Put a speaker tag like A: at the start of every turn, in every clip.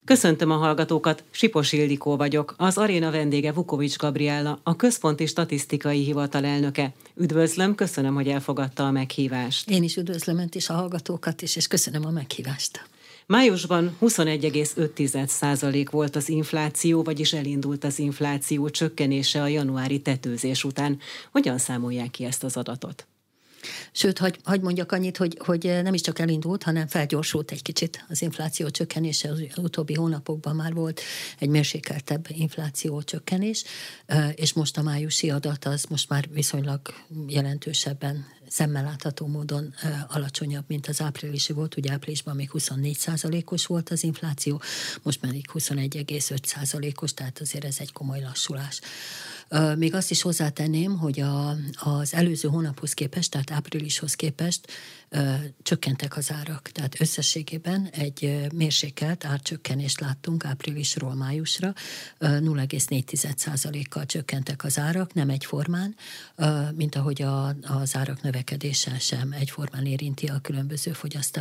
A: Köszöntöm a hallgatókat, Sipos Ildikó vagyok, az aréna vendége Vukovics Gabriella, a Központi Statisztikai Hivatal elnöke. Üdvözlöm, köszönöm, hogy elfogadta a meghívást.
B: Én is üdvözlöm önt is, a hallgatókat is, és köszönöm a meghívást.
A: Májusban 21,5% volt az infláció, vagyis elindult az infláció csökkenése a januári tetőzés után. Hogyan számolják ki ezt az adatot?
B: Sőt, hagy mondjak annyit, hogy nem is csak elindult, hanem felgyorsult egy kicsit az infláció csökkenése. Az utóbbi hónapokban már volt egy mérsékeltebb infláció csökkenés, és most a májusi adat az most már viszonylag jelentősebben, szemmel látható módon alacsonyabb, mint az áprilisi volt. Ugye áprilisban még 24%-os volt az infláció, most pedig 21,5%-os, tehát azért ez egy komoly lassulás. Még azt is hozzátenném, hogy az előző hónaphoz képest, tehát áprilishoz képest csökkentek az árak. Tehát összességében egy mérsékelt árcsökkenést láttunk áprilisról májusra, 0,4%-kal csökkentek az árak, nem egyformán, mint ahogy az árak növekedése sem egyformán érinti a különböző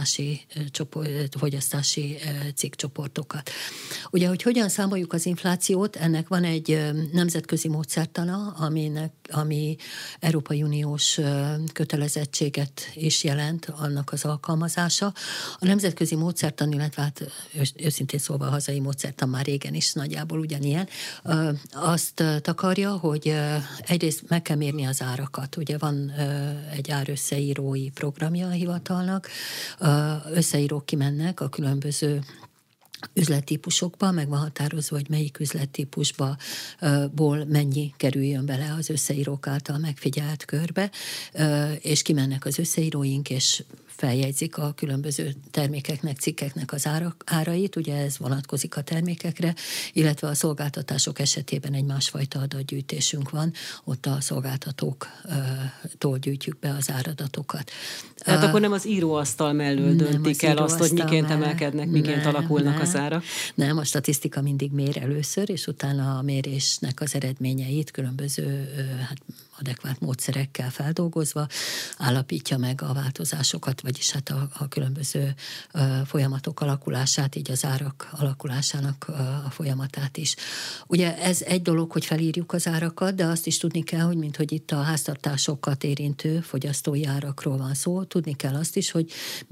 B: fogyasztási cikkcsoportokat. Ugye, hogy hogyan számoljuk az inflációt, ennek van egy nemzetközi módszertana, ami Európai Uniós kötelezettséget is jelent, annak az alkalmazása. A nemzetközi módszertan, illetve hát őszintén szólva a hazai módszertan már régen is nagyjából ugyanilyen, azt takarja, hogy egyrészt meg kell mérni az árakat. Ugye van egy árösszeírói programja a hivatalnak, összeírók kimennek a különböző üzlettípusokba, meg van határozva, hogy melyik üzlettípusból mennyi kerüljön bele az összeírók által megfigyelt körbe, és kimennek az összeíróink, és feljegyzik a különböző termékeknek, cikkeknek az árait, ugye ez vonatkozik a termékekre, illetve a szolgáltatások esetében egy másfajta adatgyűjtésünk van, ott a szolgáltatóktól gyűjtjük be az áradatokat.
A: Tehát akkor nem az íróasztal mellől döntik el azt, hogy miként emelkednek, miként alakulnak az árak?
B: Nem, a statisztika mindig mér először, és utána a mérésnek az eredményeit különböző adekvát módszerekkel feldolgozva állapítja meg a változásokat, vagyis hát a különböző folyamatok alakulását, így az árak alakulásának a folyamatát is. Ugye ez egy dolog, hogy felírjuk az árakat, de azt is tudni kell, hogy minthogy itt a háztartásokat érintő fogyasztói árakról van szó, tudni kell azt is, hogy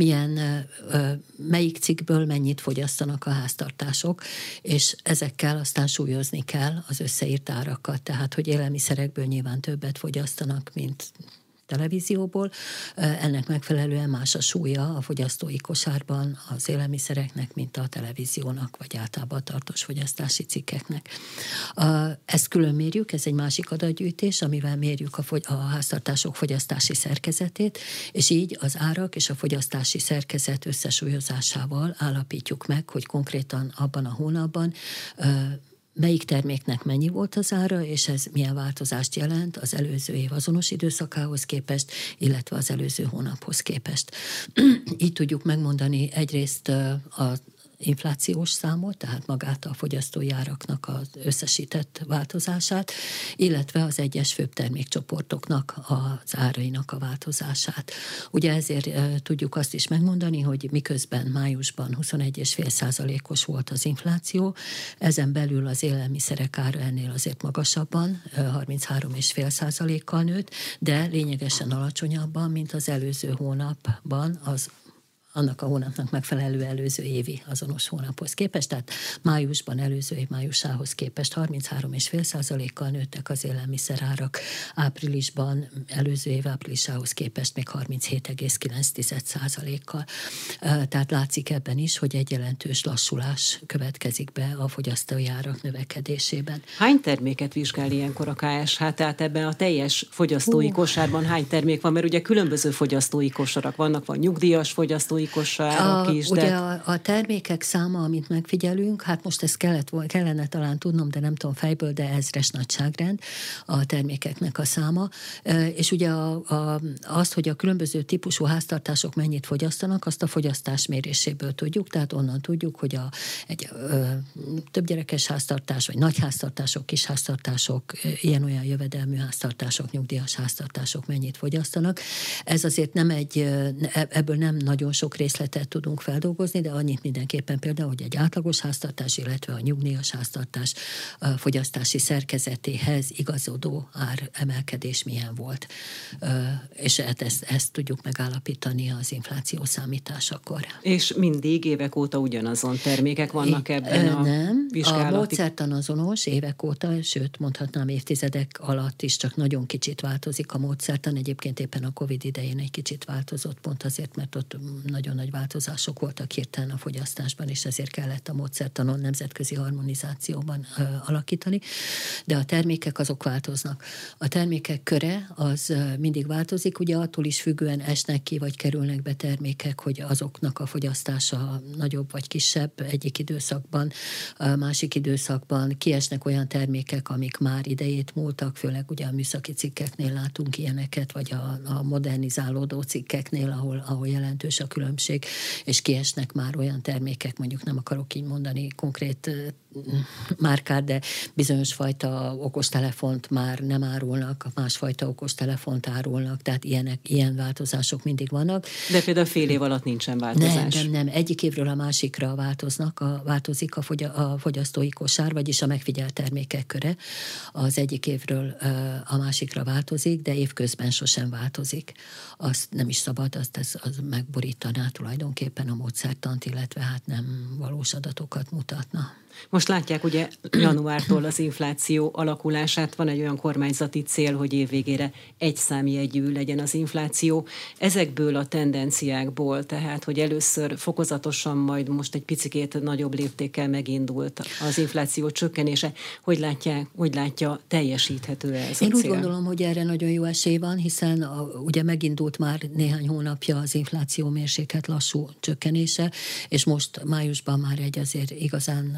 B: melyik cikkből mennyit fogyasztanak a háztartások, és ezekkel aztán súlyozni kell az összeírt árakat, tehát hogy élelmiszerekből nyilván többet fogyasztanak, mint televízióból. Ennek megfelelően más a súlya a fogyasztói kosárban az élelmiszereknek, mint a televíziónak, vagy általában a tartós fogyasztási cikkeknek. Ezt külön mérjük, ez egy másik adatgyűjtés, amivel mérjük a háztartások fogyasztási szerkezetét, és így az árak és a fogyasztási szerkezet összesúlyozásával állapítjuk meg, hogy konkrétan abban a hónapban melyik terméknek mennyi volt az ára, és ez milyen változást jelent az előző év azonos időszakához képest, illetve az előző hónaphoz képest. Így tudjuk megmondani egyrészt az inflációs számot, tehát magát a fogyasztói áraknak az összesített változását, illetve az egyes főbb termékcsoportoknak az árainak a változását. Ugye ezért tudjuk azt is megmondani, hogy miközben májusban 21,5%-os volt az infláció, ezen belül az élelmiszerek ára ennél azért magasabban, 33,5%-kal nőtt, de lényegesen alacsonyabban, mint az előző hónapban annak a hónapnak megfelelő előző évi azonos hónaphoz képest, tehát májusban előző év májusához képest 33,5%-kal nőttek az élelmiszerárak, áprilisban előző év áprilisához képest még 37,9%-kal. Tehát látszik ebben is, hogy egy jelentős lassulás következik be a fogyasztói árak növekedésében.
A: Hány terméket vizsgál ilyenkor a KSH? Tehát ebben a teljes fogyasztói kosárban hány termék van? Mert ugye különböző fogyasztói kosarak vannak, van nyugdíjas fogyasztói kosárak is.
B: Ugye a termékek száma, amit megfigyelünk, hát most ezt kellene talán tudnom, de nem tudom fejből, de ezres nagyságrend a termékeknek a száma. És ugye azt, hogy a különböző típusú háztartások mennyit fogyasztanak, azt a fogyasztás méréséből tudjuk, tehát onnan tudjuk, hogy egy többgyerekes háztartás, vagy nagy háztartások, kis háztartások, ilyen-olyan jövedelmű háztartások, nyugdíjas háztartások mennyit fogyasztanak. Ez azért nem ebből nem nagyon sok sok részletet tudunk feldolgozni, de annyit mindenképpen például, hogy egy átlagos háztartás, illetve a nyugdíjas háztartás fogyasztási szerkezetéhez igazodó áremelkedés milyen volt. És ezt tudjuk megállapítani az infláció számításakor.
A: És mindig évek óta ugyanazon termékek vannak ebben a vizsgálati?
B: A módszertan azonos évek óta, sőt mondhatnám évtizedek alatt is, csak nagyon kicsit változik a módszertan. Egyébként éppen a Covid idején egy kicsit változott, pont azért, mert ott nagyon nagy változások voltak hirtelen a fogyasztásban, és ezért kellett a módszertanon nemzetközi harmonizációban alakítani. De a termékek azok változnak. A termékek köre az mindig változik, ugye attól is függően esnek ki, vagy kerülnek be termékek, hogy azoknak a fogyasztása nagyobb vagy kisebb egyik időszakban, másik időszakban kiesnek olyan termékek, amik már idejét múltak, főleg ugye a műszaki cikkeknél látunk ilyeneket, vagy a modernizálódó cikkeknél, ahol jelentős a különbség, és kiesnek már olyan termékek, mondjuk nem akarok így mondani konkrét márkát, de bizonyos fajta okostelefont már nem árulnak, másfajta okostelefont árulnak, tehát ilyen változások mindig vannak.
A: De például fél év alatt nincsen változás.
B: Nem. Egyik évről a másikra változik a fogyasztói kosár, vagyis a megfigyelt termékek köre. Az egyik évről a másikra változik, de évközben sosem változik. Azt nem is szabad, az megborítaná tulajdonképpen a módszertant, illetve hát nem valós adatokat mutatna.
A: Most látják ugye januártól az infláció alakulását, van egy olyan kormányzati cél, hogy évvégére egy számjegyű legyen az infláció. Ezekből a tendenciákból, tehát hogy először fokozatosan, majd most egy picikét nagyobb léptékkel megindult az infláció csökkenése, hogy látja, teljesíthető ez a cél?
B: Én úgy gondolom, hogy erre nagyon jó esély van, hiszen ugye megindult már néhány hónapja az infláció mérsékelt lassú csökkenése, és most májusban már egy azért igazán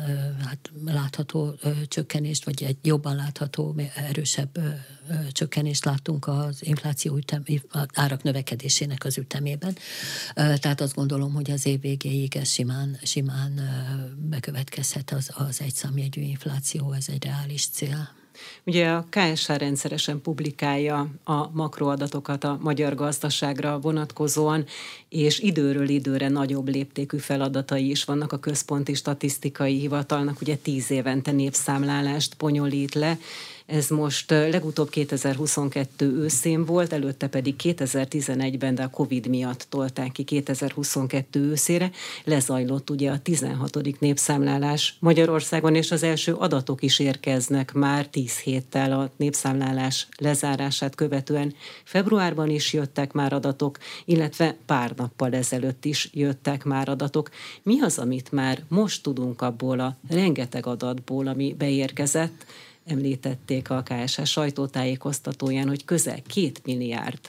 B: látható csökkenést, vagy egy jobban látható, erősebb csökkenést láttunk az infláció árak növekedésének az ütemében. Tehát azt gondolom, hogy az év végéig ez simán bekövetkezhet az egyszámjegyű infláció, ez egy reális cél.
A: Ugye a KSH rendszeresen publikálja a makroadatokat a magyar gazdaságra vonatkozóan, és időről időre nagyobb léptékű feladatai is vannak a Központi Statisztikai Hivatalnak, ugye 10 évente népszámlálást bonyolít le. Ez most legutóbb 2022 őszén volt, előtte pedig 2011-ben, de a Covid miatt tolták ki 2022 őszére. Lezajlott ugye a 16. népszámlálás Magyarországon, és az első adatok is érkeznek már 10 héttel a népszámlálás lezárását követően. Februárban is jöttek már adatok, illetve pár nappal ezelőtt is jöttek már adatok. Mi az, amit már most tudunk abból a rengeteg adatból, ami beérkezett? Említették a KSH sajtótájékoztatóján, hogy közel 2 milliárd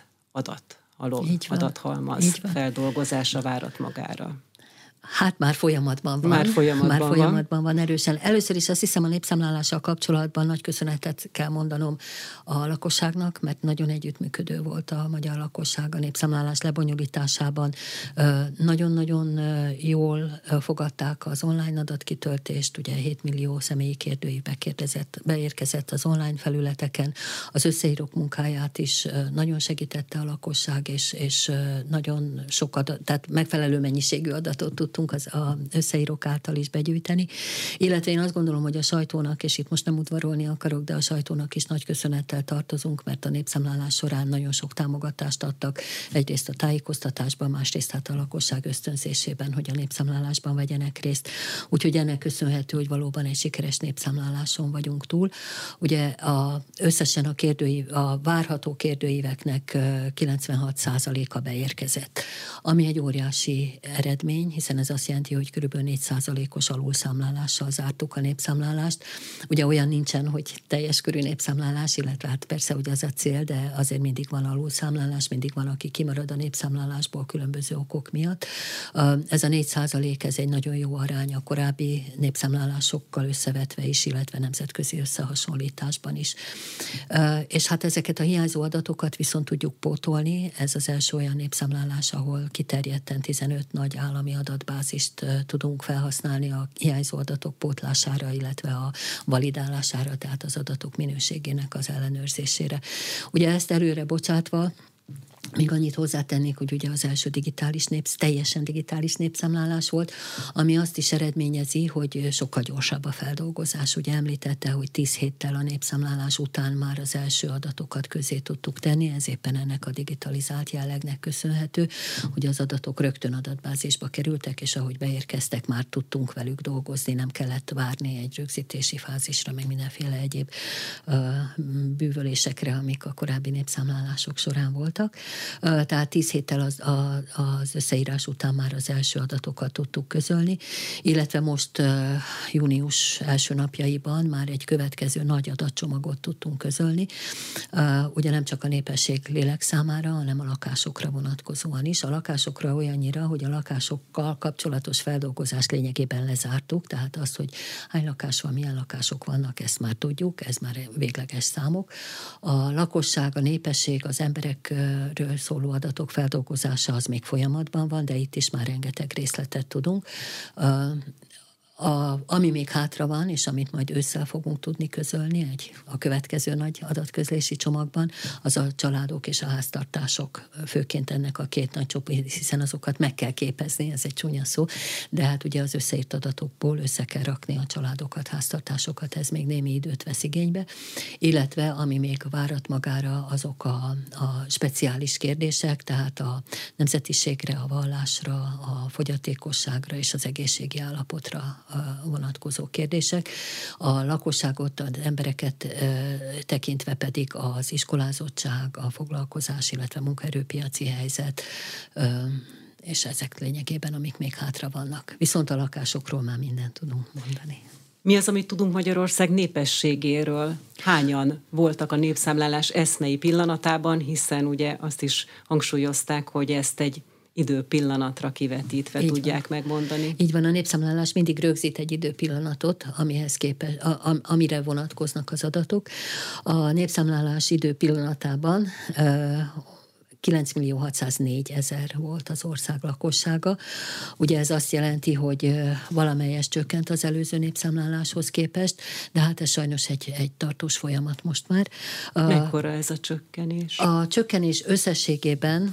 A: adathalmaz feldolgozása várat magára.
B: Hát már folyamatban van. Már folyamatban van erősen. Először is azt hiszem, a népszámlálással kapcsolatban nagy köszönetet kell mondanom a lakosságnak, mert nagyon együttműködő volt a magyar lakosság a népszámlálás lebonyolításában. Nagyon-nagyon jól fogadták az online adatkitöltést, ugye 7 millió személyi kérdőív beérkezett az online felületeken. Az összeírók munkáját is nagyon segítette a lakosság, és nagyon sok adat, tehát megfelelő mennyiségű adatot tudtunk az összeírók által is begyűjteni. Illetve én azt gondolom, hogy a sajtónak, és itt most nem udvarolni akarok, de a sajtónak is nagy köszönettel tartozunk, mert a népszámlálás során nagyon sok támogatást adtak. Egyrészt a tájékoztatásban, másrészt hát a lakosság ösztönzésében, hogy a népszámlálásban vegyenek részt. Úgyhogy ennek köszönhető, hogy valóban egy sikeres népszámláláson vagyunk túl. Ugye összesen a várható kérdőíveknek 96%-a beérkezett, ami egy óriási eredmény, hiszen ez azt jelenti, hogy kb. 4%-os alulszámlálással zártuk a népszámlálást. Ugye olyan nincsen, hogy teljes körű népszámlálás, illetve hát persze, hogy az a cél, de azért mindig van alulszámlálás, mindig van, aki kimarad a népszámlálásból különböző okok miatt. Ez a 4%, ez egy nagyon jó arány a korábbi népszámlálásokkal összevetve is, illetve nemzetközi összehasonlításban is. És hát ezeket a hiányzó adatokat viszont tudjuk pótolni. Ez az első olyan népszámlálás, ahol kiterjedten 15 nagy állami adatbázist tudunk felhasználni a hiányzó adatok pótlására, illetve a validálására, tehát az adatok minőségének az ellenőrzésére. Ugye ezt előre bocsátva, Még annyit hozzátennék, hogy ugye az első teljesen digitális népszámlálás volt, ami azt is eredményezi, hogy sokkal gyorsabb a feldolgozás. Ugye említette, hogy 10 héttel a népszámlálás után már az első adatokat közé tudtuk tenni, ez éppen ennek a digitalizált jellegnek köszönhető, hogy az adatok rögtön adatbázisba kerültek, és ahogy beérkeztek, már tudtunk velük dolgozni, nem kellett várni egy rögzítési fázisra, meg mindenféle egyéb bűvölésekre, amik a korábbi népszámlálások során voltak. Tehát 10 héttel az összeírás után már az első adatokat tudtuk közölni, illetve most június első napjaiban már egy következő nagy adatcsomagot tudtunk közölni, ugye nem csak a népesség lélekszámára, hanem a lakásokra vonatkozóan is. A lakásokra olyannyira, hogy a lakásokkal kapcsolatos feldolgozást lényegében lezártuk, tehát azt, hogy hány lakás van, milyen lakások vannak, ezt már tudjuk, ez már végleges számok. A lakosság, a népesség, az emberekről szóló adatok feldolgozása az még folyamatban van, de itt is már rengeteg részletet tudunk. Ami még hátra van, és amit majd ősszel fogunk tudni közölni a következő nagy adatközlési csomagban, az a családok és a háztartások, főként ennek a két nagy csoport, hiszen azokat meg kell képezni, ez egy csúnya szó, de hát ugye az összeírt adatokból össze kell rakni a családokat, háztartásokat, ez még némi időt vesz igénybe, illetve ami még várat magára, azok a speciális kérdések, tehát a nemzetiségre, a vallásra, a fogyatékosságra és az egészségi állapotra vonatkozó kérdések. A lakosságot, az embereket tekintve pedig az iskolázottság, a foglalkozás, illetve munkaerőpiaci helyzet, és ezek lényegében, amik még hátra vannak. Viszont a lakásokról már mindent tudunk mondani.
A: Mi az, amit tudunk Magyarország népességéről? Hányan voltak a népszámlálás eszmei pillanatában, hiszen ugye azt is hangsúlyozták, hogy ezt egy időpillanatra kivetítve így tudják van megmondani.
B: Így van, a népszámlálás mindig rögzít egy időpillanatot, amire vonatkoznak az adatok. A népszámlálás időpillanatában 9.604.000 volt az ország lakossága. Ugye ez azt jelenti, hogy valamelyes csökkent az előző népszámláláshoz képest, de hát ez sajnos egy tartós folyamat most már.
A: Mekkora ez a csökkenés?
B: A csökkenés összességében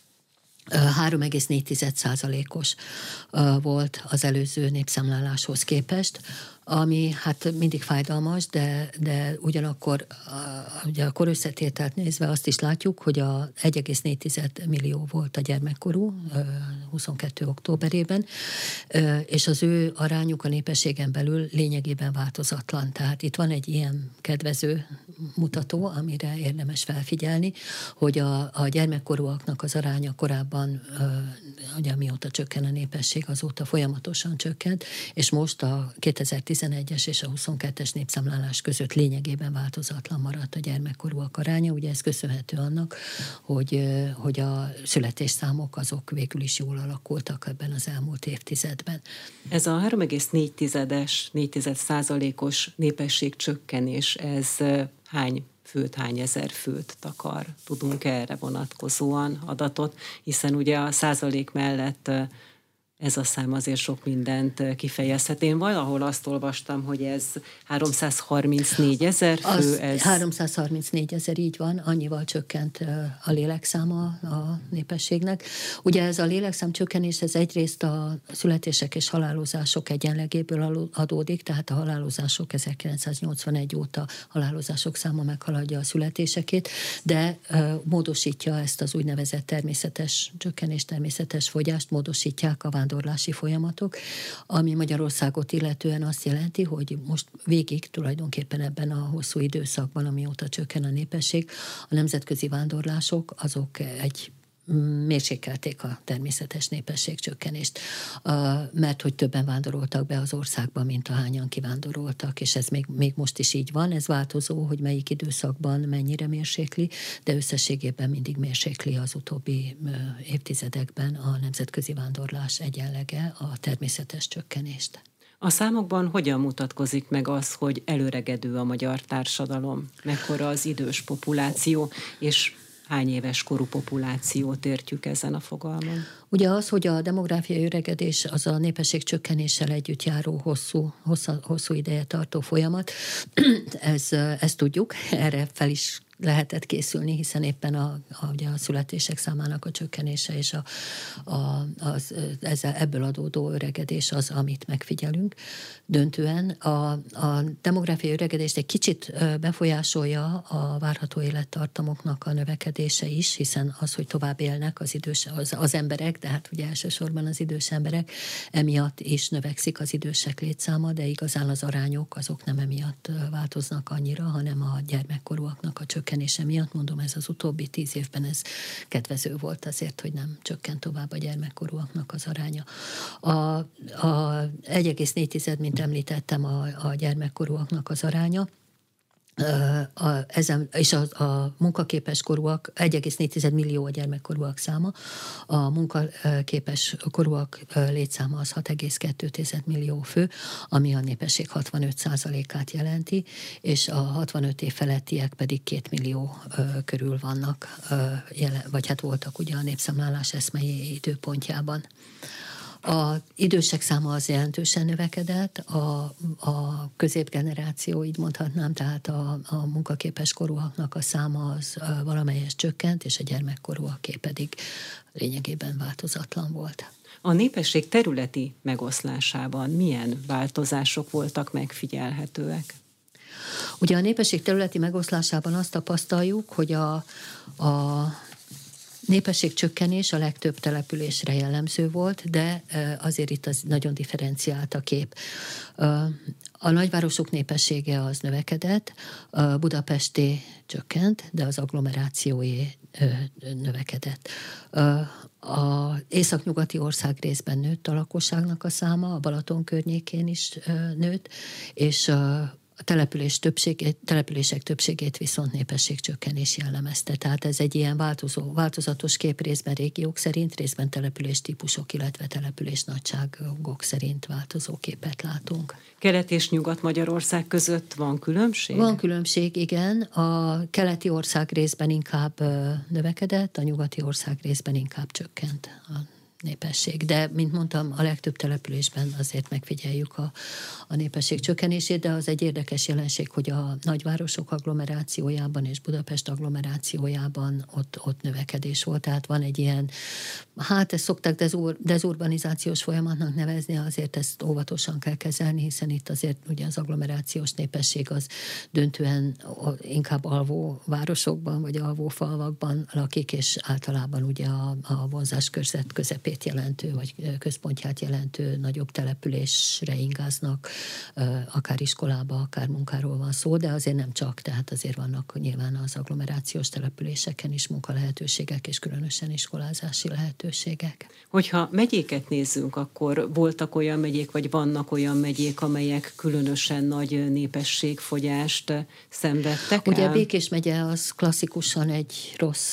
B: 3,4%-os volt az előző népszámláláshoz képest, ami hát mindig fájdalmas, de ugyanakkor ugye a korösszetételt nézve azt is látjuk, hogy a 1,4 millió volt a gyermekkorú 22. októberében, és az ő arányuk a népességen belül lényegében változatlan. Tehát itt van egy ilyen kedvező mutató, amire érdemes felfigyelni, hogy a gyermekkorúaknak az aránya korábban, ugye mióta csökken a népesség, azóta folyamatosan csökkent, és most a 2011-es és a 22-es népszámlálás között lényegében változatlan maradt a gyermekkorúak aránya. Ugye ez köszönhető annak, hogy a születésszámok azok végül is jól alakultak ebben az elmúlt évtizedben.
A: Ez a 3,4%-os népességcsökkenés, ez hány főt, hány ezer főt takar? Tudunk erre vonatkozóan adatot, hiszen ugye a százalék mellett ez a szám azért sok mindent kifejezhet. Én valahol azt olvastam, hogy ez 334.000 fő.
B: 334.000, így van, annyival csökkent a lélekszáma a népességnek. Ugye ez a lélekszám csökkenés, ez egyrészt a születések és halálozások egyenlegéből adódik, tehát a halálozások 1981 óta halálozások száma meghaladja a születésekét, de módosítja ezt az úgynevezett természetes csökkenés, természetes fogyást, módosítják a vándorlási folyamatok, ami Magyarországot illetően azt jelenti, hogy most végig tulajdonképpen ebben a hosszú időszakban, amióta csökken a népesség, a nemzetközi vándorlások azok mérsékelték a természetes népességcsökkenést, mert hogy többen vándoroltak be az országba, mint ahányan kivándoroltak, és ez még most is így van, ez változó, hogy melyik időszakban mennyire mérsékli, de összességében mindig mérsékli az utóbbi évtizedekben a nemzetközi vándorlás egyenlege a természetes csökkenést.
A: A számokban hogyan mutatkozik meg az, hogy előregedő a magyar társadalom? Mekkora az idős populáció, és hány éves korú populációt értjük ezen a fogalmon?
B: Ugye az, hogy a demográfiai öregedés az a népesség csökkenéssel együtt járó hosszú ideje tartó folyamat, ezt tudjuk, erre fel is lehetett készülni, hiszen éppen ugye a születések számának a csökkenése és ebből adódó öregedés az, amit megfigyelünk döntően. A demográfiai öregedést egy kicsit befolyásolja a várható élettartamoknak a növekedése is, hiszen az, hogy tovább élnek az emberek, de hát ugye elsősorban az idős emberek, emiatt is növekszik az idősek létszáma, de igazán az arányok azok nem emiatt változnak annyira, hanem a gyermekkorúaknak a csökkenése miatt. Mondom, ez az utóbbi 10 évben ez kedvező volt azért, hogy nem csökkent tovább a gyermekkorúaknak az aránya. A 1,4, mint említettem, a gyermekkorúaknak az aránya, és a munkaképes korúak, 1,4 millió a gyermekkorúak száma, a munkaképes korúak létszáma az 6,2 millió fő, ami a népesség 65%-át jelenti, és a 65 év felettiek pedig 2 millió körül vannak, vagy hát voltak ugye a népszámlálás eszmei időpontjában. Az idősek száma az jelentősen növekedett, a középgeneráció, így mondhatnám, tehát a munkaképes korúaknak a száma az valamelyest csökkent, és a gyermekkorúaké pedig lényegében változatlan volt.
A: A népesség területi megoszlásában milyen változások voltak megfigyelhetőek?
B: Ugye a népesség területi megoszlásában azt tapasztaljuk, hogy a népesség csökkenés a legtöbb településre jellemző volt, de azért itt az nagyon differenciált a kép. A nagyvárosok népessége az növekedett, a budapesti csökkent, de az agglomerációé növekedett. A északnyugati országrészben nőtt a lakosságnak a száma, a Balaton környékén is nőtt, és a települések többségét viszont népességcsökkenés jellemezte. Tehát ez egy ilyen változatos kép, részben régiók szerint, részben település típusok, illetve település nagyságok szerint változó képet látunk.
A: Kelet és Nyugat-Magyarország között van különbség?
B: Van különbség, igen. A keleti ország részben inkább növekedett, a nyugati ország részben inkább csökkent a népesség. De, mint mondtam, a legtöbb településben azért megfigyeljük a népesség csökkenését, de az egy érdekes jelenség, hogy a nagyvárosok agglomerációjában és Budapest agglomerációjában ott növekedés volt. Tehát van egy ilyen, hát ezt szokták dezurbanizációs folyamatnak nevezni, azért ezt óvatosan kell kezelni, hiszen itt azért ugye az agglomerációs népesség az döntően inkább alvó városokban vagy alvó falvakban lakik, és általában ugye a vonzás körzet közepén jelentő, vagy központját jelentő nagyobb településre ingáznak, akár iskolába, akár munkáról van szó, de azért nem csak, tehát azért vannak nyilván az agglomerációs településeken is munkalehetőségek, és különösen iskolázási lehetőségek.
A: Hogyha megyéket nézzünk, akkor voltak olyan megyék, vagy vannak olyan megyék, amelyek különösen nagy népességfogyást szenvedtek el?
B: Ugye Békés megye az klasszikusan egy rossz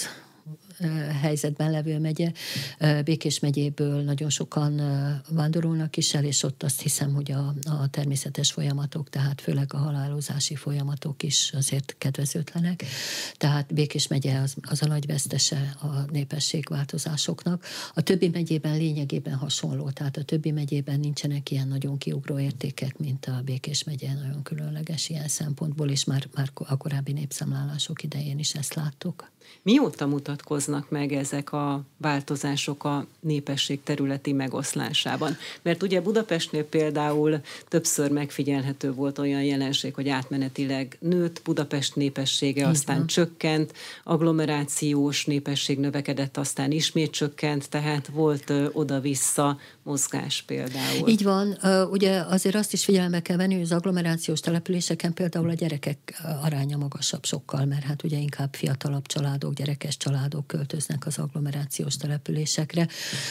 B: helyzetben levő megye. Békés megyéből nagyon sokan vándorolnak is el, és ott azt hiszem, hogy a természetes folyamatok, tehát főleg a halálozási folyamatok is azért kedvezőtlenek. Tehát Békés megye az a nagy vesztese a népességváltozásoknak. A többi megyében lényegében hasonló, tehát a többi megyében nincsenek ilyen nagyon kiugró értékek, mint a Békés megye, nagyon különleges ilyen szempontból, és már a korábbi népszámlálások idején is ezt láttuk.
A: Mióta mutatkoznak meg ezek a változások a népesség területi megoszlásában? Mert ugye Budapestnél például többször megfigyelhető volt olyan jelenség, hogy átmenetileg nőtt Budapest népessége, aztán csökkent, agglomerációs népesség növekedett, aztán ismét csökkent, tehát volt oda-vissza mozgás például.
B: Így van. Ugye azért azt is figyelembe kell venni, hogy az agglomerációs településeken például a gyerekek aránya magasabb sokkal, mert hát ugye inkább fiatalabb családok, gyerekes családok költöznek az agglomerációs településekre,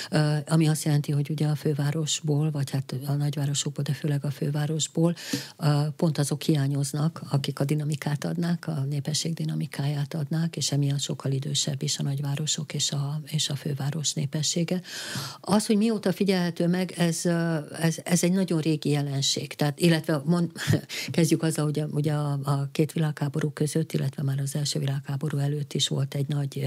B: ami azt jelenti, hogy ugye a fővárosból, vagy hát a nagyvárosokból, de főleg a fővárosból pont azok hiányoznak, akik a dinamikát adnák, a népesség dinamikáját adnák, és emiatt sokkal idősebb is a nagyvárosok és a főváros népessége. Az, hogy mióta figyelhető meg, ez egy nagyon régi jelenség. Tehát, illetve kezdjük azzal, hogy ugye a két világháború között, illetve már az első világháború előtt is volt egy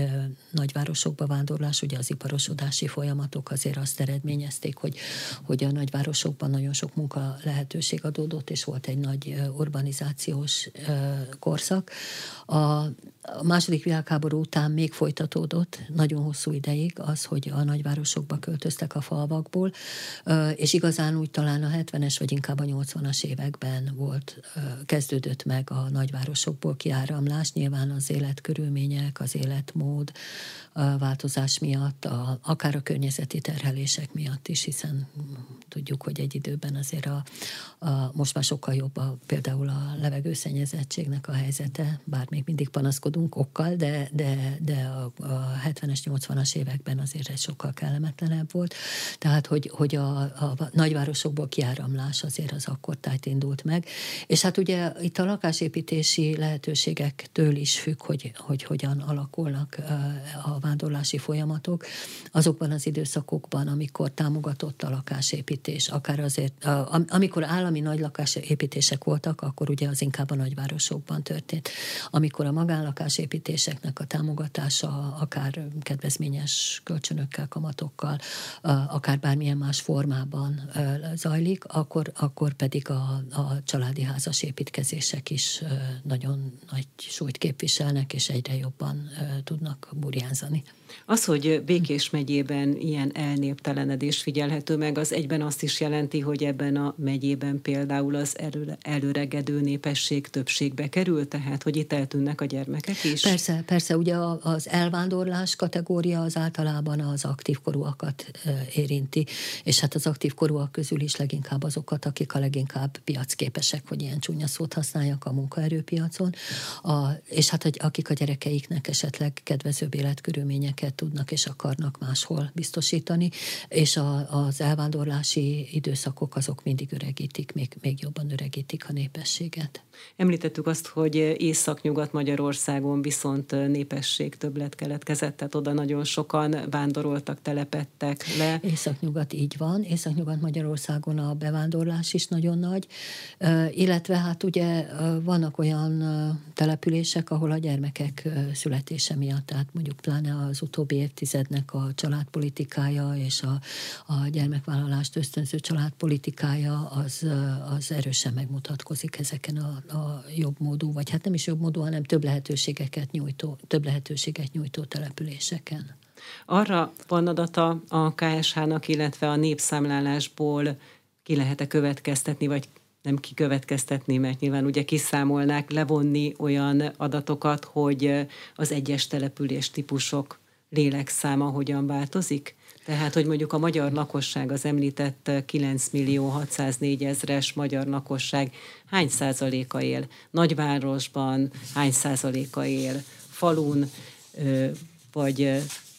B: nagyvárosokba vándorlás, ugye az iparosodási folyamatok azért azt eredményezték, hogy a nagyvárosokban nagyon sok munka lehetőség adódott, és volt egy nagy urbanizációs korszak. A második világháború után még folytatódott nagyon hosszú ideig az, hogy a nagyvárosokba költöztek a falvakból, és igazán úgy talán a 70-es vagy inkább a 80-as években kezdődött meg a nagyvárosokból kiáramlás, nyilván az életkörülmények, az életmód változás miatt, akár a környezeti terhelések miatt is, hiszen tudjuk, hogy egy időben azért most már sokkal jobb például a levegőszennyezettségnek a helyzete, bár még mindig panaszkodunk okkal, de a 70-es, 80-as években azért ez sokkal kellemetlenebb volt. Tehát, hogy a nagyvárosokból kiáramlás azért az akkortájt indult meg. És hát ugye itt a lakásépítési lehetőségektől is függ, hogy hogyan alakulnak a vándorlási folyamatok. Azokban az időszakokban, amikor támogatott a lakásépítés, akár azért, amikor állami nagy lakásépítések voltak, akkor ugye az inkább a nagyvárosokban történt. Amikor a magánlakásépítéseknek a támogatása akár kedvezményes kölcsönökkel, kamatokkal, akár bármilyen más formában zajlik, akkor pedig a családi házas építkezések is nagyon nagy súlyt képviselnek, és egyre jobban tudnak burjánzani.
A: Az, hogy Békés megyében ilyen elnéptelenedés figyelhető meg, az egyben azt is jelenti, hogy ebben a megyében például az előregedő népesség többségbe kerül, tehát hogy itt eltűnnek a gyermekek is?
B: Persze, ugye az elvándorlás kategória az általában az aktív korúakat érinti, és hát az aktív korúak közül is leginkább azokat, akik a leginkább piacképesek, hogy ilyen csúnya szót használjak a munkaerőpiacon, és hát akik a gyerekeiknek esetleg kedvezőbb életkörülményeket tudnak és akarnak máshol biztosítani, és az elvándorlási időszakok azok mindig öregítik, még jobban öregítik a népességet.
A: Említettük azt, hogy Északnyugat-Magyarországon viszont népesség többlet keletkezett, tehát oda nagyon sokan vándoroltak, telepedtek le.
B: Északnyugat így van. Északnyugat-Magyarországon a bevándorlás is nagyon nagy, illetve hát ugye vannak olyan települések, ahol a gyermekek születése miatt, tehát mondjuk pláne az utóbbi évtizednek a családpolitikája és a gyermekvállalást ösztönző családpolitikája az erősen megmutatkozik ezeken a jobb módú, vagy hát nem is jobb módú, hanem több lehetőséget nyújtó településeken.
A: Arra van adata a KSH-nak, illetve a népszámlálásból ki lehet-e következtetni, vagy nem kikövetkeztetni, mert nyilván ugye kiszámolnák, levonni olyan adatokat, hogy az egyes település típusok lélekszáma hogyan változik? Tehát, hogy mondjuk a magyar lakosság, az említett 9.604.000-es magyar lakosság hány százaléka él? Nagyvárosban hány százaléka él? Falun, vagy...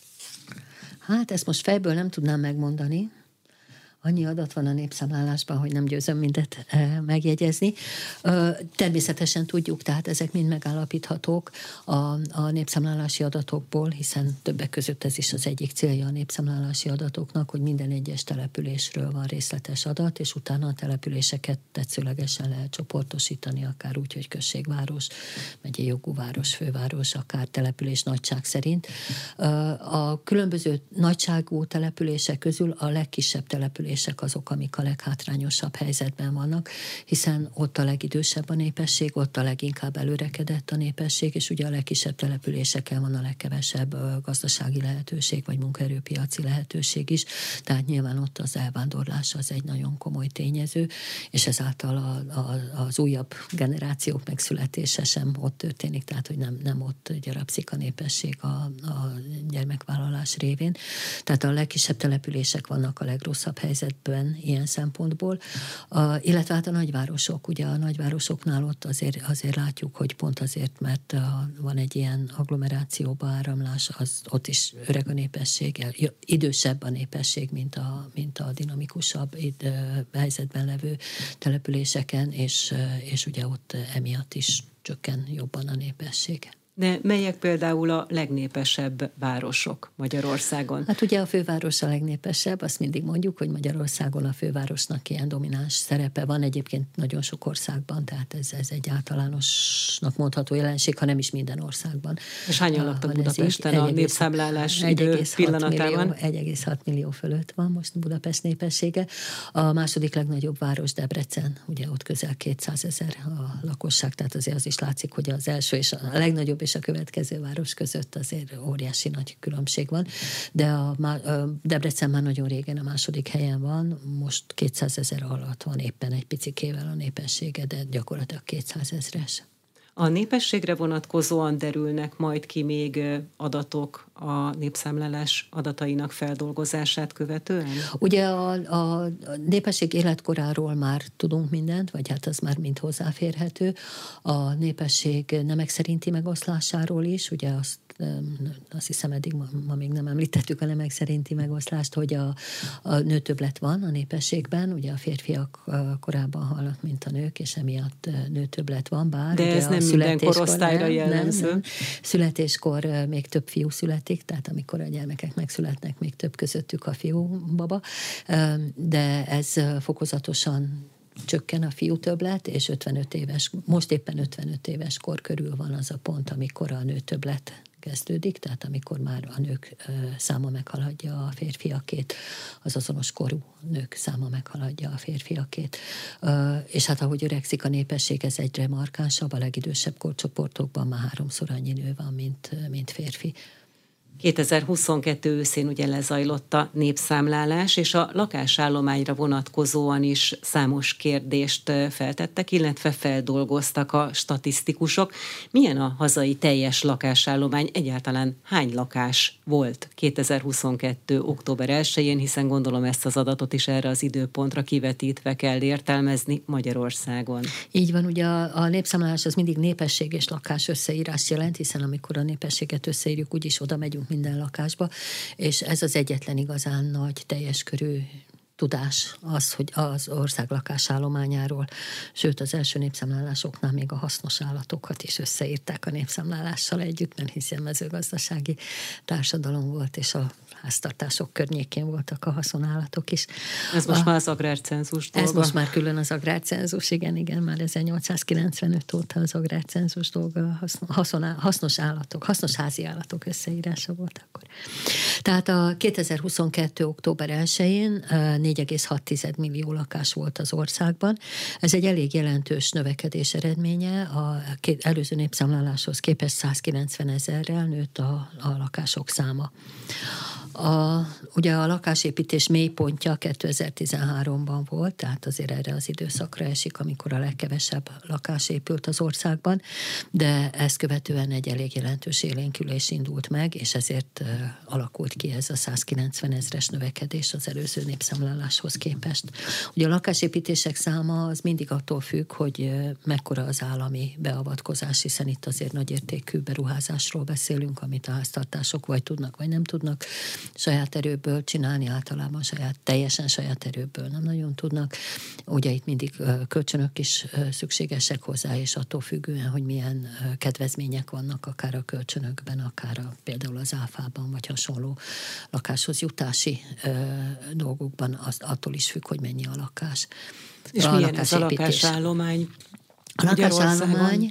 B: Hát ezt most fejből nem tudnám megmondani. Annyi adat van a népszámlálásban, hogy nem győzöm mindet megjegyezni. Természetesen tudjuk, tehát ezek mind megállapíthatók a népszámlálási adatokból, hiszen többek között ez is az egyik célja a népszámlálási adatoknak, hogy minden egyes településről van részletes adat, és utána a településeket tetszőlegesen lehet csoportosítani, akár úgy, hogy községváros, megyei jogú város, főváros, akár település nagyság szerint. A különböző nagyságú települések közül a legkisebb települések azok, amik a leghátrányosabb helyzetben vannak, hiszen ott a legidősebb a népesség, ott a leginkább előrekedett a népesség, és ugye a legkisebb településeken van a legkevesebb gazdasági lehetőség, vagy munkaerőpiaci lehetőség is, tehát nyilván ott az elvándorlás az egy nagyon komoly tényező, és ezáltal az újabb generációk megszületése sem ott történik, tehát hogy nem ott gyarapszik a népesség a gyermekvállalás révén. Tehát a legkisebb települések vannak a legrosszabb helyzetben ilyen szempontból, illetve hát a nagyvárosok, ugye a nagyvárosoknál ott azért látjuk, hogy pont azért, mert van egy ilyen agglomerációba áramlás, ott is öreg a népesség, idősebb a népesség, mint a dinamikusabb helyzetben levő településeken, és ugye ott emiatt is csökken jobban a népesség.
A: De melyek például a legnépesebb városok Magyarországon?
B: Hát ugye a főváros a legnépesebb, azt mindig mondjuk, hogy Magyarországon a fővárosnak ilyen domináns szerepe van, egyébként nagyon sok országban, tehát ez egy általánosnak mondható jelenség, ha nem is minden országban.
A: És hányan laktak Budapesten a népszámlálás idő pillanatában?
B: 1,6 millió fölött van most Budapest népessége. A második legnagyobb város Debrecen, ugye ott közel 200 000 a lakosság, tehát azért az is látszik, hogy az első és a legnagyobb és a következő város között azért óriási nagy különbség van, de a Debrecen már nagyon régen a második helyen van, most 200 000 alatt van éppen egy picikével a népessége, de gyakorlatilag 200 000-es.
A: A népességre vonatkozóan derülnek majd ki még adatok a népszámlálás adatainak feldolgozását követően?
B: Ugye a népesség életkoráról már tudunk mindent, vagy hát az már mind hozzáférhető. A népesség nemek szerinti megoszlásáról is, ugye azt hiszem eddig ma még nem említettük a nemek szerinti megoszlást, hogy a nőtöbblet van a népességben, ugye a férfiak korábban halnak, mint a nők, és emiatt nőtöbblet van, bár...
A: De ez nem minden korosztályra jellemző.
B: Nem. Születéskor még több fiú születik, tehát amikor a gyermekek megszületnek, még több közöttük a fiú-baba, de ez fokozatosan csökken a fiú többlet, és 55 éves, most éppen 55 éves kor körül van az a pont, amikor a nő többlet kezdődik, tehát amikor már a nők száma meghaladja a férfiakét, az azonos korú nők száma meghaladja a férfiakét. És hát ahogy öregszik a népesség, ez egyre markánsabb, a legidősebb korcsoportokban már 3-szor annyi nő van, mint férfi.
A: 2022 őszén ugye lezajlott a népszámlálás, és a lakásállományra vonatkozóan is számos kérdést feltettek, illetve feldolgoztak a statisztikusok. Milyen a hazai teljes lakásállomány? Egyáltalán hány lakás volt 2022. október 1-én, hiszen gondolom ezt az adatot is erre az időpontra kivetítve kell értelmezni Magyarországon.
B: Így van, ugye a népszámlálás az mindig népesség és lakás összeírás jelent, hiszen amikor a népességet összeírjuk, úgyis oda megyünk minden lakásba, és ez az egyetlen igazán nagy, teljes körű tudás az, hogy az ország lakásállományáról, sőt az első népszámlálásoknál még a hasznos állatokat is összeírták a népszámlálással együtt, mert hiszen mezőgazdasági társadalom volt, és a háztartások környékén voltak a haszonállatok is.
A: Ez most már az agrárcenzus dolga.
B: Ez most már külön az agrárcenzus, igen, már 1895 óta az agrárcenzus dolga, hasznos állatok, hasznos házi állatok összeírása volt akkor. Tehát a 2022. október 1-én 4,6 millió lakás volt az országban. Ez egy elég jelentős növekedés eredménye. A előző népszámláláshoz képest 190 000-rel nőtt a lakások száma. Ugye a lakásépítés mélypontja 2013-ban volt, tehát azért erre az időszakra esik, amikor a legkevesebb lakás épült az országban, de ezt követően egy elég jelentős élénkülés indult meg, és ezért alakult ki ez a 190 000-es növekedés az előző népszámláláshoz képest. Ugye a lakásépítések száma az mindig attól függ, hogy mekkora az állami beavatkozás, hiszen itt azért nagyértékű beruházásról beszélünk, amit a háztartások vagy tudnak, vagy nem tudnak saját erőből csinálni, általában teljesen saját erőből nem nagyon tudnak. Ugye itt mindig kölcsönök is szükségesek hozzá, és attól függően, hogy milyen kedvezmények vannak akár a kölcsönökben, akár például az áfában, vagy hasonló lakáshoz jutási dolgokban, attól is függ, hogy mennyi a lakás.
A: És milyen ez a lakásállomány?
B: A lakásállomány,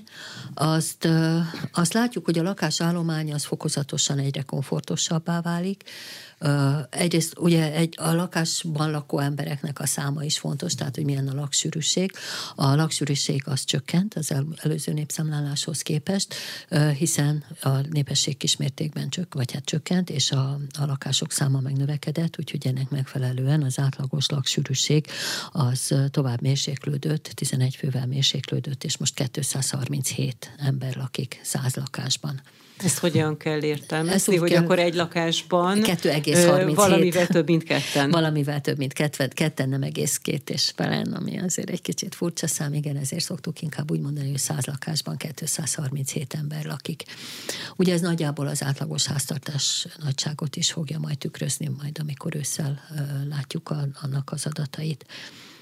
B: azt látjuk, hogy a lakásállomány az fokozatosan egyre komfortosabbá válik. Egyrészt ugye a lakásban lakó embereknek a száma is fontos, tehát hogy milyen a laksűrűség. A laksűrűség az csökkent az előző népszámláláshoz képest, hiszen a népesség kismértékben csökkent, és a lakások száma megnövekedett, úgyhogy ennek megfelelően az átlagos laksűrűség az tovább mérséklődött, 11 fővel mérséklődött, és most 237 ember lakik 100 lakásban.
A: Ezt hogyan kell értelmezni, hogy akkor egy lakásban
B: 2,37.
A: Valamivel több mint ketten.
B: Valamivel több mint ketten, nem egész 2,5, ami azért egy kicsit furcsa szám, igen, ezért szoktuk inkább úgy mondani, hogy 100 lakásban 237 ember lakik. Ugye ez nagyjából az átlagos háztartás nagyságot is fogja majd tükrözni, majd amikor ősszel látjuk annak az adatait.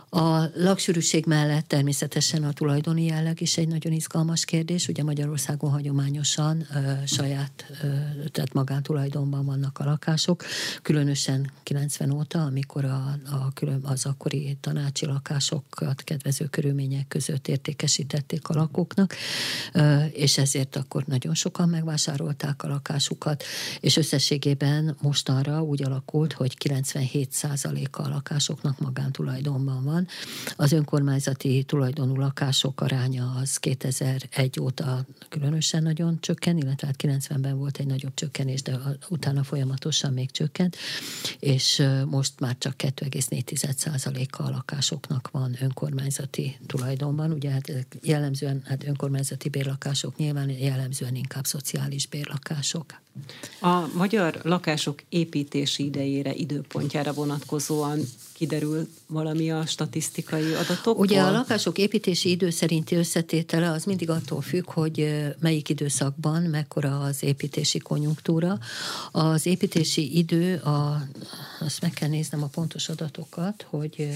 B: A laksűrűség mellett természetesen a tulajdoni jelleg is egy nagyon izgalmas kérdés. Ugye Magyarországon hagyományosan tehát magántulajdonban vannak a lakások, különösen 90 óta, amikor az akkori tanácsi lakásokat kedvező körülmények között értékesítették a lakóknak, és ezért akkor nagyon sokan megvásárolták a lakásukat, és összességében mostanra úgy alakult, hogy 97%-a a lakásoknak magántulajdonban van. Az önkormányzati tulajdonú lakások aránya az 2001 óta különösen nagyon csökken, illetve 90-ben volt egy nagyobb csökkenés, de utána folyamatosan még csökkent, és most már csak 2,4%-a a lakásoknak van önkormányzati tulajdonban. Ugye jellemzően önkormányzati bérlakások, nyilván jellemzően inkább szociális bérlakások.
A: A magyar lakások építési idejére, időpontjára vonatkozóan kiderül valami a statisztikai adatokból?
B: Ugye a lakások építési idő szerinti összetétele az mindig attól függ, hogy melyik időszakban mekkora az építési konjunktúra. Az építési idő, azt meg kell néznem a pontos adatokat, hogy...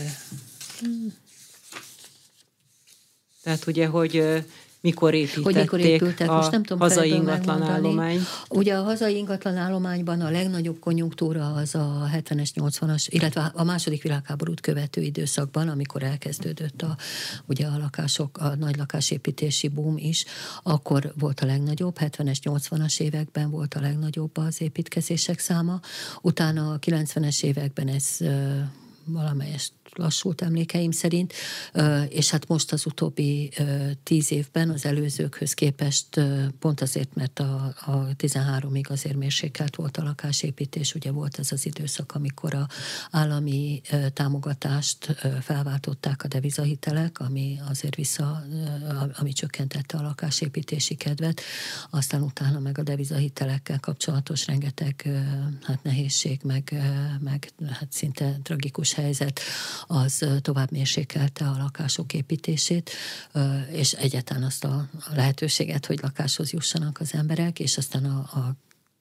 A: Tehát ugye, hogy mikor építették
B: most nem tudom,
A: hazai ingatlanállomány.
B: Ugye a hazai ingatlanállományban a legnagyobb konjunktúra az a 70-es, 80-as, illetve a második világháborút követő időszakban, amikor elkezdődött ugye a nagy lakásépítési boom is, akkor volt a legnagyobb, 70-es, 80-as években volt a legnagyobb az építkezések száma. Utána a 90-es években ez valamelyest lassult emlékeim szerint, és hát most az utóbbi 10 évben az előzőkhöz képest pont azért, mert a 13-ig azért mérsékelt volt a lakásépítés, ugye volt ez az időszak, amikor a állami támogatást felváltották a devizahitelek, ami azért ami csökkentette a lakásépítési kedvet, aztán utána meg a devizahitelekkel kapcsolatos rengeteg nehézség, meg hát szinte tragikus helyzet, az tovább mérsékelte a lakások építését, és egyáltalán azt a lehetőséget, hogy lakáshoz jussanak az emberek, és aztán a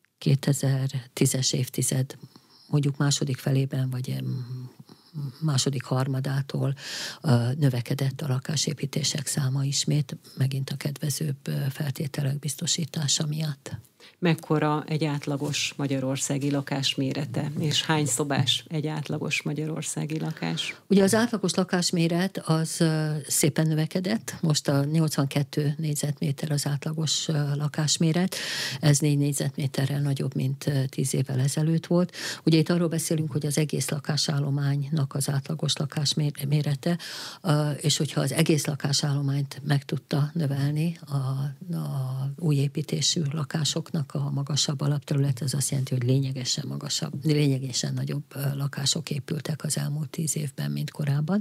B: 2010-es évtized mondjuk második felében, vagy második harmadától növekedett a lakásépítések száma ismét, megint a kedvezőbb feltételek biztosítása miatt.
A: Mekkora egy átlagos magyarországi lakás mérete, és hány szobás egy átlagos magyarországi lakás?
B: Ugye az átlagos lakásméret az szépen növekedett, most a 82 négyzetméter az átlagos lakásméret, ez 4 négyzetméterrel nagyobb, mint 10 évvel ezelőtt volt. Ugye itt arról beszélünk, hogy az egész lakásállománynak az átlagos lakásmérete, és hogyha az egész lakásállományt meg tudta növelni a új építésű lakásoknak a magasabb alapterület, ez azt jelenti, hogy lényegesen nagyobb lakások épültek az elmúlt 10 évben, mint korábban.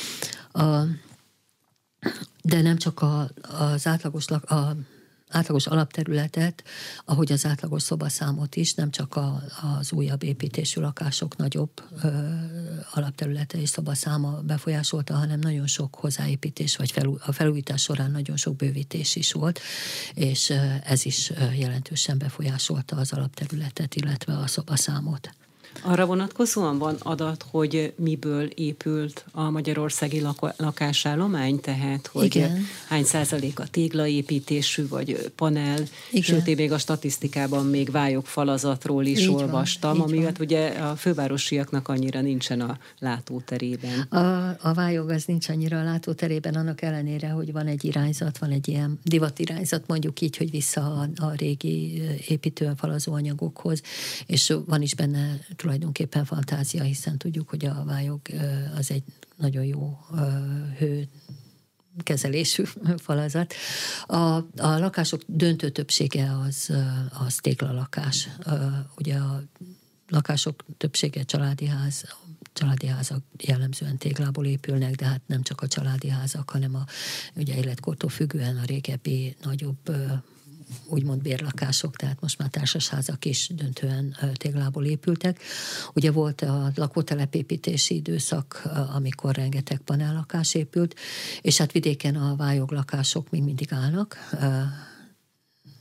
B: De nem csak az átlagos alapterületet, ahogy az átlagos szobaszámot is, nem csak az újabb építésű lakások nagyobb alapterülete és szobaszáma befolyásolta, hanem nagyon sok hozzáépítés, vagy a felújítás során nagyon sok bővítés is volt, és ez is jelentősen befolyásolta az alapterületet, illetve a szobaszámot.
A: Arra vonatkozóan van adat, hogy miből épült a magyarországi lakásállomány, tehát hogy
B: igen,
A: hány százaléka téglaépítésű, vagy panel,
B: igen,
A: sőt, én még a statisztikában még vályog falazatról is olvastam, amiatt ugye a fővárosiaknak annyira nincsen a látóterében.
B: A vályog az nincs annyira a látóterében, annak ellenére, hogy van egy irányzat, van egy ilyen divatirányzat, mondjuk így, hogy vissza a régi építően falazó anyagokhoz, és van is benne tulajdonképpen fantázia, hiszen tudjuk, hogy a vályog az egy nagyon jó hőkezelésű falazat. A lakások döntő többsége az téglalakás. Ugye a lakások többsége családi házak jellemzően téglából épülnek, de hát nem csak a családi házak, hanem ugye életkortól függően a régebbi nagyobb úgymond bérlakások, tehát most már társasházak is döntően téglából épültek. Ugye volt a lakótelepépítési időszak, amikor rengeteg panellakás épült, és hát vidéken a vályoglakások még mindig állnak,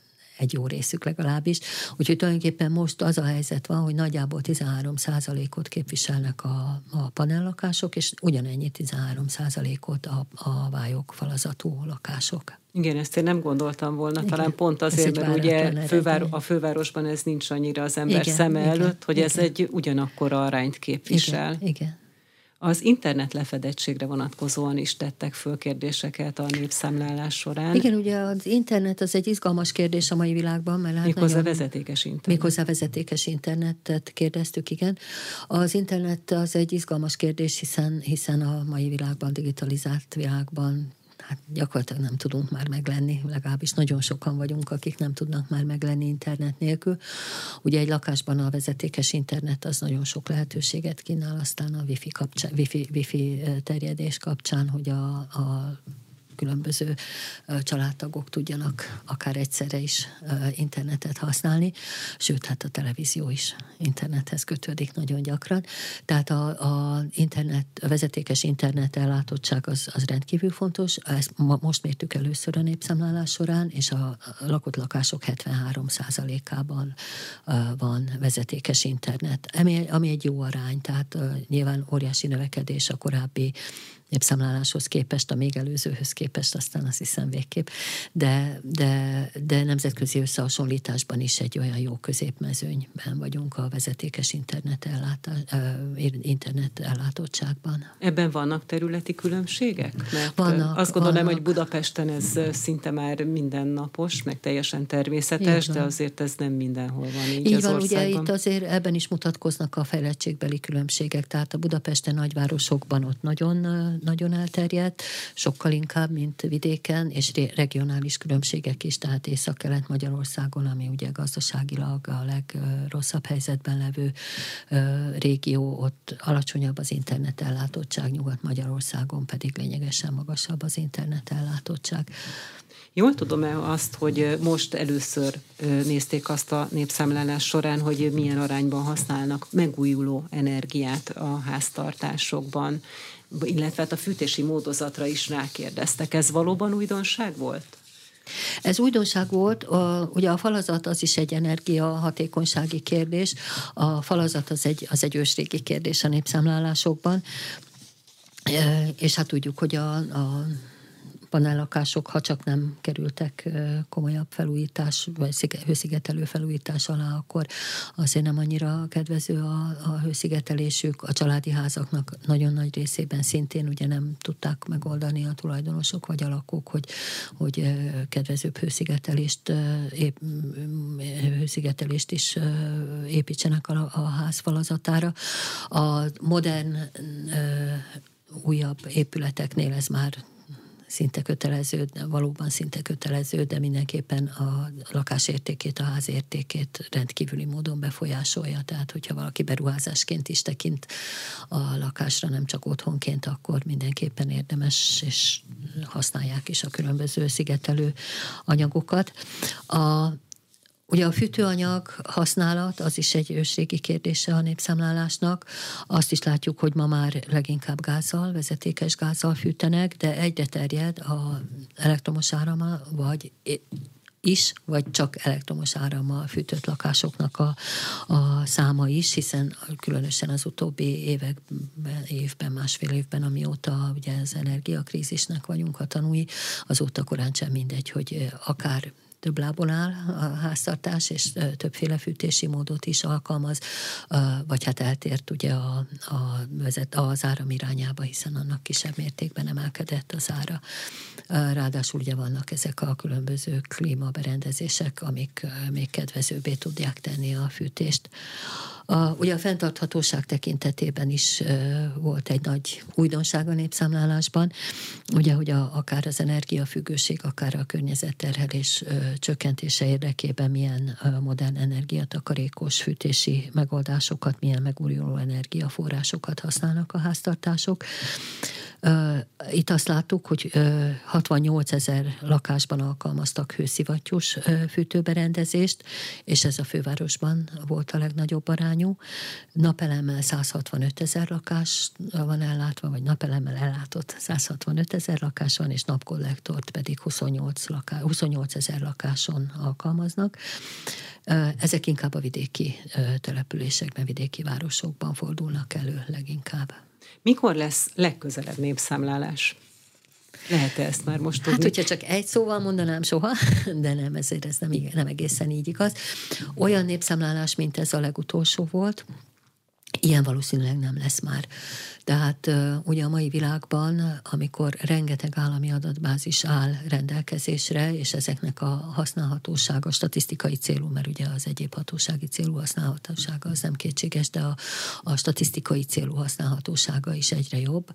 B: egy jó részük legalábbis. Úgyhogy tulajdonképpen most az a helyzet van, hogy nagyjából 13%-ot képviselnek a panellakások, és ugyanennyi 13%-ot a vályok falazatú lakások.
A: Igen, ezt én nem gondoltam volna, igen, talán pont azért, mert ugye a fővárosban ez nincs annyira az ember szeme előtt, hogy ez egy ugyanakkora arányt képvisel.
B: Igen.
A: Az internet lefedettségre vonatkozóan is tettek föl kérdéseket a népszámlálás során.
B: Igen, ugye az internet az egy izgalmas kérdés a mai világban, mert
A: méghozzá vezetékes internet.
B: Méghozzá vezetékes internetet kérdeztük, igen. Az internet az egy izgalmas kérdés, hiszen a mai világban, digitalizált világban hát gyakorlatilag nem tudunk már meglenni, legalábbis nagyon sokan vagyunk, akik nem tudnak már meglenni internet nélkül. Ugye egy lakásban a vezetékes internet az nagyon sok lehetőséget kínál, aztán a wifi terjedés kapcsán, hogy a különböző családtagok tudjanak akár egyszerre is internetet használni, sőt, hát a televízió is internethez kötődik nagyon gyakran. Tehát a vezetékes internet ellátottság az rendkívül fontos. Ezt most mértük először a népszámlálás során, és a lakott lakások 73%-ában van vezetékes internet, ami egy jó arány, tehát nyilván óriási növekedés a korábbi népszámláláshoz képest, a még előzőhöz képest, aztán azt hiszem végképp, de nemzetközi összehasonlításban is egy olyan jó középmezőnyben vagyunk a vezetékes internet ellátottságban.
A: Ebben vannak területi különbségek? Mert azt gondolom,
B: vannak.
A: Hogy Budapesten ez szinte már mindennapos, meg teljesen természetes, de azért ez nem mindenhol van így az
B: van,
A: országban.
B: Ugye itt azért ebben is mutatkoznak a fejlettségbeli különbségek, tehát a Budapesten nagyvárosokban ott nagyon elterjedt, sokkal inkább, mint vidéken, és regionális különbségek is, tehát Észak-Kelet-Magyarországon, ami ugye gazdaságilag a legrosszabb helyzetben levő régió, ott alacsonyabb az internet ellátottság, Nyugat-Magyarországon pedig lényegesen magasabb az internet ellátottság.
A: Jól tudom-e azt, hogy most először nézték azt a népszámlálás során, hogy milyen arányban használnak megújuló energiát a háztartásokban, illetve hát a fűtési módozatra is rákérdeztek. Ez valóban újdonság volt?
B: Ez újdonság volt, ugye a falazat az is egy energiahatékonysági kérdés, a falazat az egy ősrégi kérdés a népszámlálásokban, és hát tudjuk, hogy a panellakások, ha csak nem kerültek komolyabb felújítás, vagy hőszigetelő felújítás alá, akkor azért nem annyira kedvező a hőszigetelésük. A családi házaknak nagyon nagy részében szintén ugye nem tudták megoldani a tulajdonosok vagy a lakók, hogy kedvezőbb hőszigetelést is építsenek a ház falazatára. A modern, újabb épületeknél ez már szinte kötelező, valóban szinte kötelező, de mindenképpen a lakás értékét, a ház értékét rendkívüli módon befolyásolja. Tehát, hogyha valaki beruházásként is tekint a lakásra, nem csak otthonként, akkor mindenképpen érdemes, és használják is a különböző szigetelő anyagokat. Ugye a fűtőanyag használat az is egy ősrégi kérdése a népszámlálásnak. Azt is látjuk, hogy ma már leginkább gázzal, vezetékes gázzal fűtenek, de egyre terjed az elektromos árammal, vagy csak elektromos árammal fűtött lakásoknak a száma is, hiszen különösen az utóbbi évben, másfél évben, amióta ugye az energiakrízisnek vagyunk a tanúi, azóta korán sem mindegy, hogy akár több lábon áll a háztartás, és többféle fűtési módot is alkalmaz, vagy hát eltért ugye az áram irányába, hiszen annak kisebb mértékben emelkedett az ára. Ráadásul ugye vannak ezek a különböző klímaberendezések, amik még kedvezőbbé tudják tenni a fűtést. Ugye a fenntarthatóság tekintetében is volt egy nagy újdonság a népszámlálásban, ugye, hogy akár az energiafüggőség, akár a környezetterhelés csökkentése érdekében milyen modern energiatakarékos fűtési megoldásokat, milyen megújuló energiaforrásokat használnak a háztartások. Itt azt láttuk, hogy 68 000 lakásban alkalmaztak hőszivattyús fűtőberendezést, és ez a fővárosban volt a legnagyobb arányú. Napelemmel 165 000 lakás van ellátva, vagy napelemmel ellátott 165 000 lakás van, és napkollektort pedig 28 000 lakáson alkalmaznak. Ezek inkább a vidéki településekben, vidéki városokban fordulnak elő leginkább.
A: Mikor lesz legközelebb népszámlálás? Lehet-e ezt már most tudni?
B: Hát, hogyha csak egy szóval mondanám, soha, de nem, ezért ez nem egészen így igaz. Olyan népszámlálás, mint ez a legutolsó volt, ilyen valószínűleg nem lesz már. Tehát ugye a mai világban, amikor rengeteg állami adatbázis áll rendelkezésre, és ezeknek a használhatósága, statisztikai célú, mert ugye az egyéb hatósági célú használhatósága az nem kétséges, de a statisztikai célú használhatósága is egyre jobb.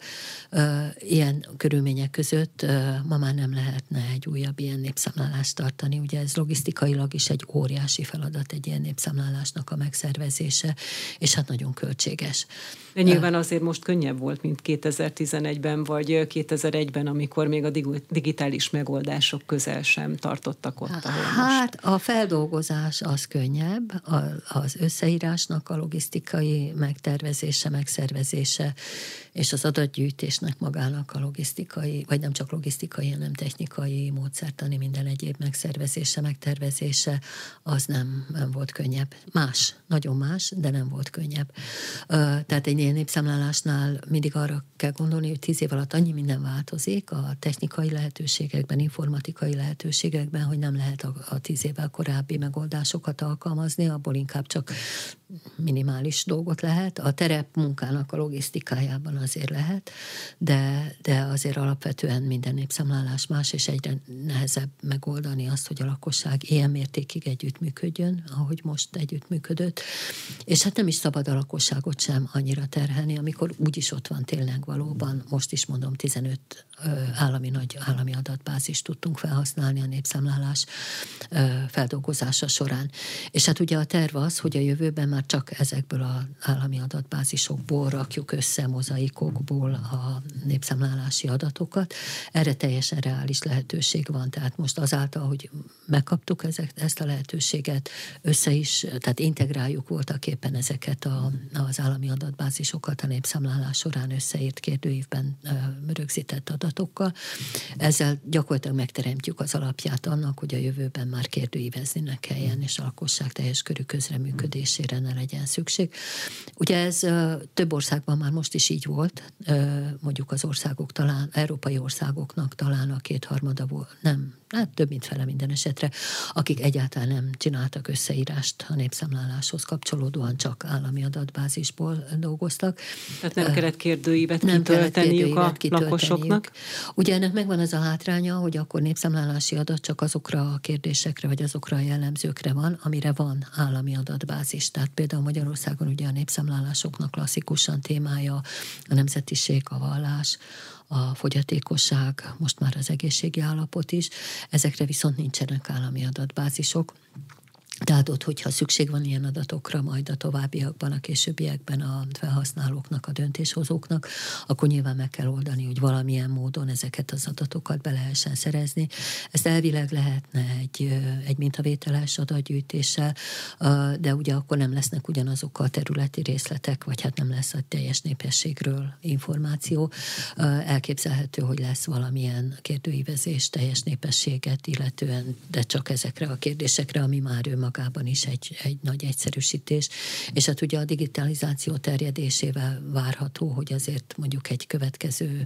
B: Ilyen körülmények között ma már nem lehetne egy újabb ilyen népszámlálást tartani. Ugye ez logisztikailag is egy óriási feladat, egy ilyen népszámlálásnak a megszervezése, és hát nagyon költséges.
A: De nyilván azért most könnyebb volt, mint 2011-ben, vagy 2001-ben, amikor még a digitális megoldások közel sem tartottak ott, ahol
B: Hát a feldolgozás az könnyebb, az összeírásnak a logisztikai megtervezése, megszervezése, és az adatgyűjtésnek magának a logisztikai, vagy nem csak logisztikai, hanem technikai, módszertani, minden egyéb megszervezése, megtervezése, az nem volt könnyebb. Más, nagyon más, de nem volt könnyebb. Tehát egy ilyen népszámlálásnál mindig arra kell gondolni, hogy 10 év alatt annyi minden változik a technikai lehetőségekben, informatikai lehetőségekben, hogy nem lehet a 10 évvel korábbi megoldásokat alkalmazni, abból inkább csak minimális dolgot lehet. A terep munkának a logisztikájában azért lehet, de azért alapvetően minden népszámlálás más, és egyre nehezebb megoldani azt, hogy a lakosság ilyen mértékig együttműködjön, ahogy most együttműködött. És hát nem is szabad a lakosságot sem annyira terhelni, amikor úgyis ott van tényleg valóban, most is mondom, 15 állami adatbázist tudtunk felhasználni a népszámlálás feldolgozása során. És hát ugye a terv az, hogy a jövőben már csak ezekből az állami adatbázisokból rakjuk össze mozaikokból a népszámlálási adatokat. Erre teljesen reális lehetőség van. Tehát most azáltal, hogy megkaptuk ezt a lehetőséget, tehát integráljuk voltak éppen ezeket az állami adatbázisokat a népszámlálás során összeírt kérdőívben rögzített adatokkal. Ezzel gyakorlatilag megteremtjük az alapját annak, hogy a jövőben már kérdőívezni ne kelljen, és a lakosság teljes körű közreműködésére ne legyen szükség. Ugye ez több országban már most is így volt, mondjuk az országok talán, európai országoknak talán a 2/3 volt, nem, hát több mint fele minden esetre, akik egyáltalán nem csináltak összeírást a népszámláláshoz kapcsolódóan, csak állami adatbázisból dolgoztak.
A: Tehát nem kellett kérdőívet kitölteniük a lakosoknak?
B: Ugye ennek megvan az a hátránya, hogy akkor népszámlálási adat csak azokra a kérdésekre, vagy azokra a jellemzőkre van, amire van állami adatbázis. Tehát például Magyarországon ugye a népszámlálásoknak klasszikusan témája a nemzetiség, a vallás, a fogyatékosság, most már az egészségi állapot is. Ezekre viszont nincsenek állami adatbázisok. Tehát ott, hogyha szükség van ilyen adatokra, majd a továbbiakban, a későbbiekben a felhasználóknak, a döntéshozóknak, akkor nyilván meg kell oldani, hogy valamilyen módon ezeket az adatokat be lehessen szerezni. Ezt elvileg lehetne egy mintavételes adatgyűjtéssel, de ugye akkor nem lesznek ugyanazok a területi részletek, vagy hát nem lesz a teljes népességről információ. Elképzelhető, hogy lesz valamilyen kérdőívezés teljes népességet illetően, de csak ezekre a kérdésekre, ami már magában is egy nagy egyszerűsítés, és hát ugye a digitalizáció terjedésével várható, hogy azért mondjuk egy következő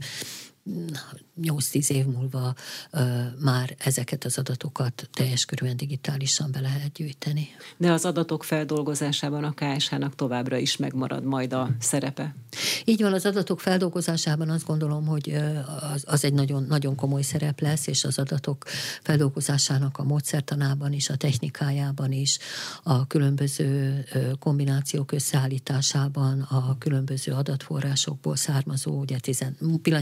B: 8-10 év múlva már ezeket az adatokat teljes körűen digitálisan be lehet gyűjteni.
A: De az adatok feldolgozásában a KSH-nak továbbra is megmarad majd a szerepe?
B: Így van, az adatok feldolgozásában azt gondolom, hogy az egy nagyon, nagyon komoly szerep lesz, és az adatok feldolgozásának a módszertanában is, a technikájában is, a különböző kombinációk összeállításában, a különböző adatforrásokból származó, ugye pillanatnyilag 11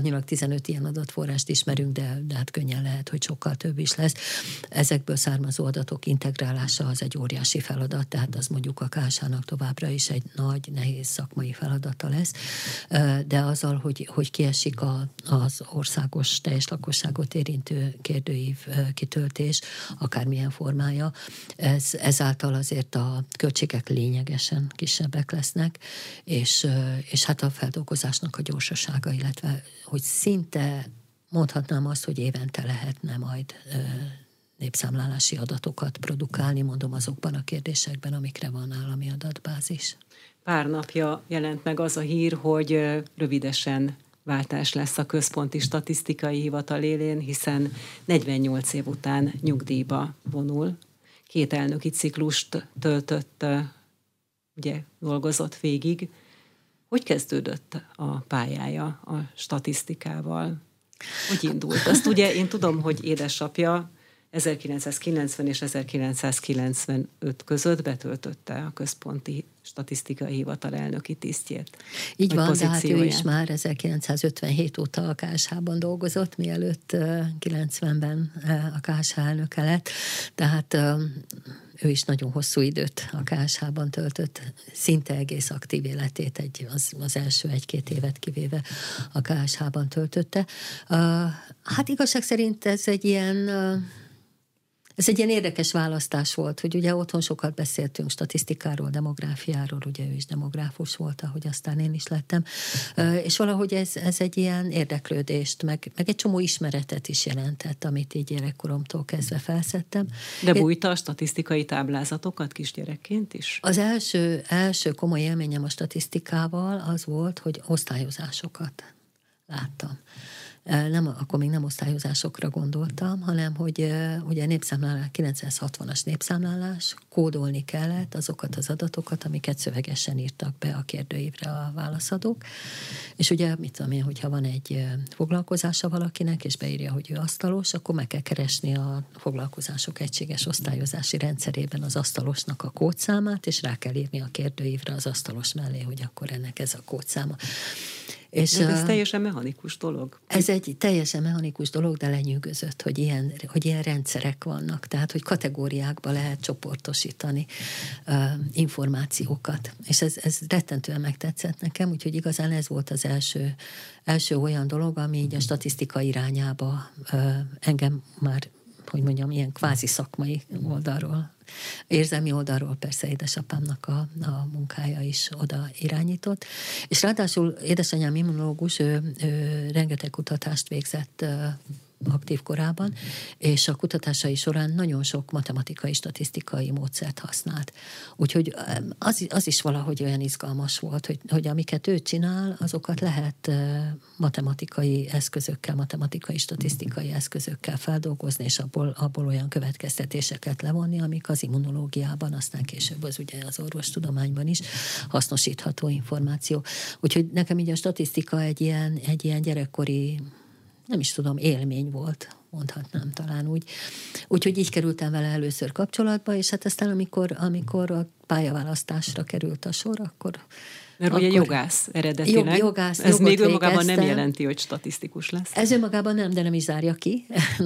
B: 15 ilyen adatforrást ismerünk, de hát könnyen lehet, hogy sokkal több is lesz. Ezekből származó adatok integrálása az egy óriási feladat, tehát az mondjuk a KSH-nak továbbra is egy nagy, nehéz szakmai feladata lesz, de azzal, hogy kiesik az országos teljes lakosságot érintő kérdőív kitöltés, akármilyen formája, ezáltal azért a költségek lényegesen kisebbek lesznek, és hát a feldolgozásnak a gyorsasága, illetve hogy szinte mondhatnám azt, hogy évente lehetne majd népszámlálási adatokat produkálni, mondom azokban a kérdésekben, amikre van állami adatbázis.
A: Pár napja jelent meg az a hír, hogy rövidesen váltás lesz a Központi Statisztikai Hivatal élén, hiszen 48 év után nyugdíjba vonul. 2 elnöki ciklust töltött, ugye dolgozott végig. Hogy kezdődött a pályája a statisztikával? Hogy indult? Azt ugye én tudom, hogy édesapja 1990 és 1995 között betöltötte a Központi Statisztikai Hivatal elnöki tisztjét.
B: Így van, de hát ő is már 1957 óta a KSH-ban dolgozott, mielőtt 90-ben a KSH elnöke lett. Tehát ő is nagyon hosszú időt a KSH-ban töltött, szinte egész aktív életét, az első 1-2 évet kivéve a KSH-ban töltötte. Hát igazság szerint ez egy ilyen érdekes választás volt, hogy ugye otthon sokat beszéltünk statisztikáról, demográfiáról, ugye ő is demográfus volt, ahogy aztán én is lettem, és valahogy ez egy ilyen érdeklődést, meg egy csomó ismeretet is jelentett, amit így gyerekkoromtól kezdve felszettem.
A: De bújta a statisztikai táblázatokat kisgyerekként is?
B: Az első komoly élményem a statisztikával az volt, hogy osztályozásokat láttam. Akkor még nem osztályozásokra gondoltam, hanem hogy a népszámlálás, 960-as népszámlálás, kódolni kellett azokat az adatokat, amiket szövegesen írtak be a kérdőívre a válaszadók. És ugye, mit tudom én, hogyha van egy foglalkozása valakinek, és beírja, hogy ő asztalos, akkor meg kell keresni a foglalkozások egységes osztályozási rendszerében az asztalosnak a kódszámát, és rá kell írni a kérdőívre az asztalos mellé, hogy akkor ennek ez a kódszáma.
A: És ez teljesen mechanikus dolog?
B: Ez egy teljesen mechanikus dolog, de lenyűgözött, hogy ilyen rendszerek vannak, tehát hogy kategóriákba lehet csoportosítani információkat. És ez rettentően megtetszett nekem, úgyhogy igazán ez volt az első olyan dolog, ami így a statisztika irányába engem már, hogy mondjam, ilyen kvázi szakmai oldalról, érzelmi oldalról persze édesapámnak a munkája is oda irányított. És ráadásul édesanyám immunológus, ő rengeteg kutatást végzett aktív korában, és a kutatásai során nagyon sok matematikai, statisztikai módszert használt. Úgyhogy az is valahogy olyan izgalmas volt, hogy amiket ő csinál, azokat lehet matematikai eszközökkel, matematikai, statisztikai eszközökkel feldolgozni, és abból olyan következtetéseket levonni, amik az immunológiában, aztán később az orvostudományban is hasznosítható információ. Úgyhogy nekem így a statisztika egy ilyen gyerekkori, nem is tudom, élmény volt, mondhatnám talán úgy. Úgyhogy így kerültem vele először kapcsolatba, és hát aztán amikor a pályaválasztásra került a sor, akkor...
A: Mert ugye jogász eredetileg. Ez még önmagában nem jelenti, hogy statisztikus lesz.
B: Ez önmagában nem, de nem is zárja ki.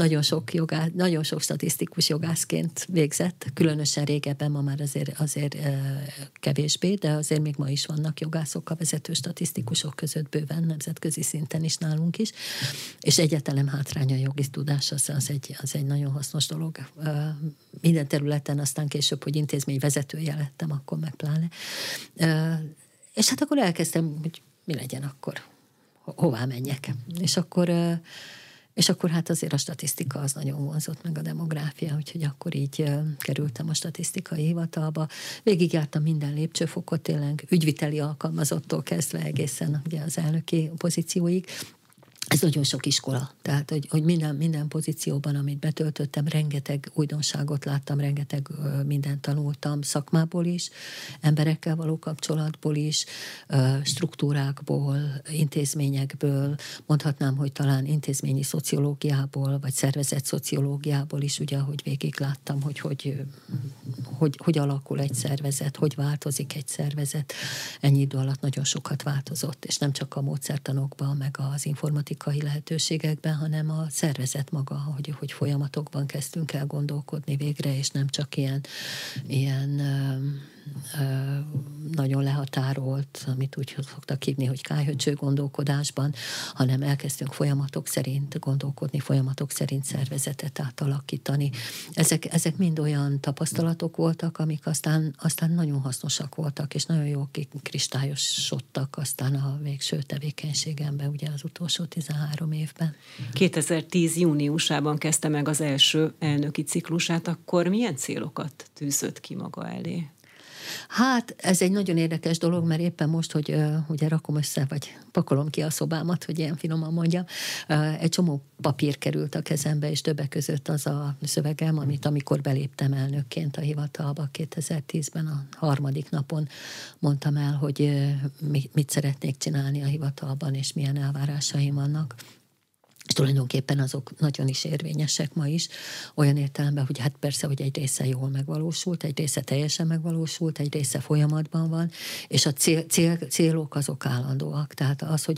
B: Nagyon sok statisztikus jogászként végzett, különösen régebben, ma már azért kevésbé, de azért még ma is vannak jogászok a vezető statisztikusok között bőven, nemzetközi szinten is nálunk is. És egyáltalán hátránya a jogi tudás, az egy nagyon hasznos dolog. Minden területen, aztán később, hogy intézményvezetője lettem, akkor meg pláne. És hát akkor elkezdtem, hogy mi legyen akkor, hová menjek. És akkor hát azért a statisztika az nagyon vonzott, meg a demográfia, úgyhogy akkor így kerültem a statisztikai hivatalba. Végigjártam minden lépcsőfokot, tényleg ügyviteli alkalmazottól kezdve egészen ugye az elnöki pozícióig. Ez nagyon sok iskola, tehát hogy minden pozícióban, amit betöltöttem, rengeteg újdonságot láttam, rengeteg mindent tanultam szakmából is, emberekkel való kapcsolatból is, struktúrákból, intézményekből, mondhatnám, hogy talán intézményi szociológiából, vagy szervezet szociológiából is, ugye, ahogy végig láttam, hogy alakul egy szervezet, hogy változik egy szervezet. Ennyi idő alatt nagyon sokat változott, és nem csak a módszertanokban, meg az informatikai statisztikai lehetőségekben, hanem a szervezet maga, hogy folyamatokban kezdtünk el gondolkodni végre, és nem csak ilyen nagyon lehatárolt, amit úgy szoktak hívni, hogy kályhöcső gondolkodásban, hanem elkezdtünk folyamatok szerint gondolkodni, folyamatok szerint szervezetet átalakítani. Ezek mind olyan tapasztalatok voltak, amik aztán nagyon hasznosak voltak, és nagyon jól kristályosodtak aztán a végső tevékenységemben, ugye az utolsó 13 évben.
A: 2010 júniusában kezdte meg az első elnöki ciklusát, akkor milyen célokat tűzött ki maga elé?
B: Hát ez egy nagyon érdekes dolog, mert éppen most, hogy ugye rakom össze, vagy pakolom ki a szobámat, hogy ilyen finoman mondjam, egy csomó papír került a kezembe, és többek között az a szövegem, amit amikor beléptem elnökként a hivatalba 2010-ben, a 3. napon mondtam el, hogy mit szeretnék csinálni a hivatalban, és milyen elvárásaim vannak. És tulajdonképpen azok nagyon is érvényesek ma is, olyan értelemben, hogy hát persze, hogy egy része jól megvalósult, egy része teljesen megvalósult, egy része folyamatban van, és a célok azok állandóak. Tehát az, hogy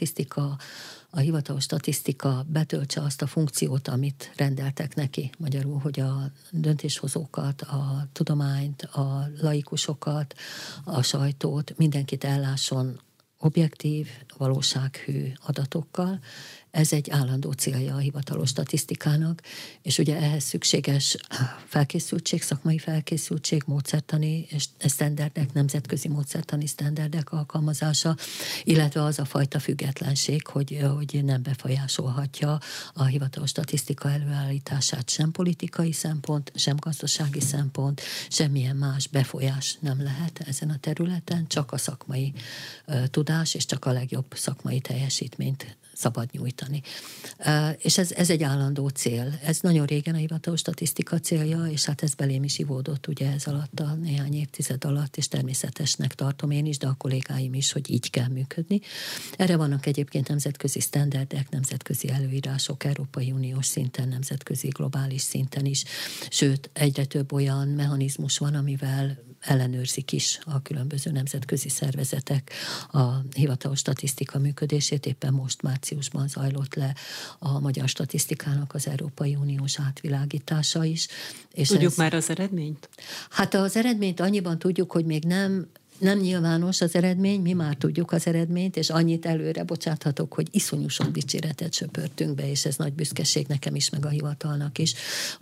B: a hivatalos statisztika betöltse azt a funkciót, amit rendeltek neki. Magyarul, hogy a döntéshozókat, a tudományt, a laikusokat, a sajtót, mindenkit ellásson objektív, valósághű adatokkal. Ez egy állandó célja a hivatalos statisztikának, és ugye ehhez szükséges felkészültség, szakmai felkészültség, módszertani és sztenderdek, nemzetközi módszertani sztenderdek alkalmazása, illetve az a fajta függetlenség, hogy nem befolyásolhatja a hivatalos statisztika előállítását sem politikai szempont, sem gazdasági szempont, semmilyen más befolyás nem lehet ezen a területen, csak a szakmai tudás és csak a legjobb szakmai teljesítményt szabad nyújtani. És ez egy állandó cél. Ez nagyon régen a hivatalos statisztika célja, és hát ez belém is ivódott ugye ez alatt a néhány évtized alatt, és természetesnek tartom én is, de a kollégáim is, hogy így kell működni. Erre vannak egyébként nemzetközi sztenderdek, nemzetközi előírások, Európai Uniós szinten, nemzetközi globális szinten is, sőt, egyre több olyan mechanizmus van, amivel ellenőrzik is a különböző nemzetközi szervezetek a hivatalos statisztika működését. Éppen most márciusban zajlott le a magyar statisztikának az Európai Uniós átvilágítása is. És
A: tudjuk már az eredményt?
B: Hát az eredményt annyiban tudjuk, hogy még nem nyilvános az eredmény, mi már tudjuk az eredményt, és annyit előre bocsáthatok, hogy iszonyú sok dicséretet söpörtünk be, és ez nagy büszkeség nekem is, meg a hivatalnak is,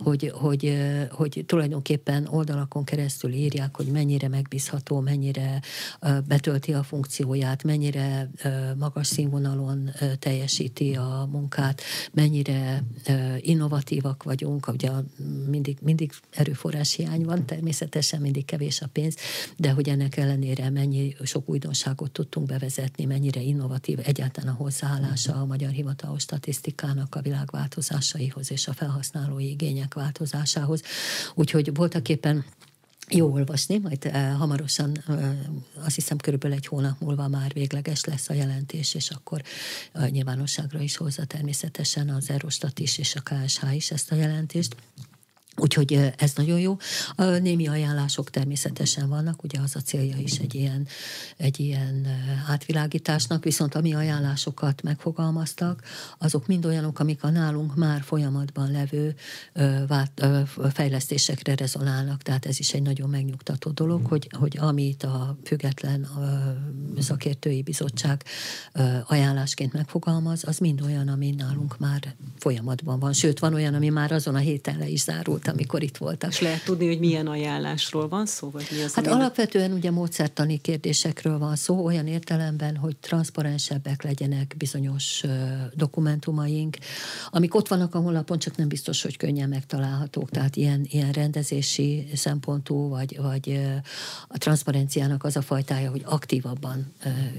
B: hogy tulajdonképpen oldalakon keresztül írják, hogy mennyire megbízható, mennyire betölti a funkcióját, mennyire magas színvonalon teljesíti a munkát, mennyire innovatívak vagyunk, ugye mindig erőforrás hiány van, természetesen mindig kevés a pénz, de hogy ennek ellenére mennyi sok újdonságot tudtunk bevezetni, mennyire innovatív egyáltalán a hozzáállása a magyar hivatalos statisztikának a világ változásaihoz és a felhasználói igények változásához. Úgyhogy voltaképpen jó olvasni, majd hamarosan, azt hiszem körülbelül egy hónap múlva már végleges lesz a jelentés, és akkor nyilvánosságra is hozza természetesen az Eurostat is és a KSH is ezt a jelentést. Úgyhogy ez nagyon jó. A némi ajánlások természetesen vannak, ugye az a célja is egy ilyen átvilágításnak, viszont ami ajánlásokat megfogalmaztak, azok mind olyanok, amik a nálunk már folyamatban levő fejlesztésekre rezonálnak, tehát ez is egy nagyon megnyugtató dolog, hogy amit a független szakértői bizottság ajánlásként megfogalmaz, az mind olyan, ami nálunk már folyamatban van. Sőt, van olyan, ami már azon a héten le is zárult, amikor itt voltak.
A: És lehet tudni, hogy milyen ajánlásról van szó? Vagy mi az,
B: hát alapvetően ugye módszertani kérdésekről van szó, olyan értelemben, hogy transzparensebbek legyenek bizonyos dokumentumaink, amik ott vannak a honlapon, csak nem biztos, hogy könnyen megtalálhatók. Tehát ilyen rendezési szempontú, vagy a transzparenciának az a fajtája, hogy aktívabban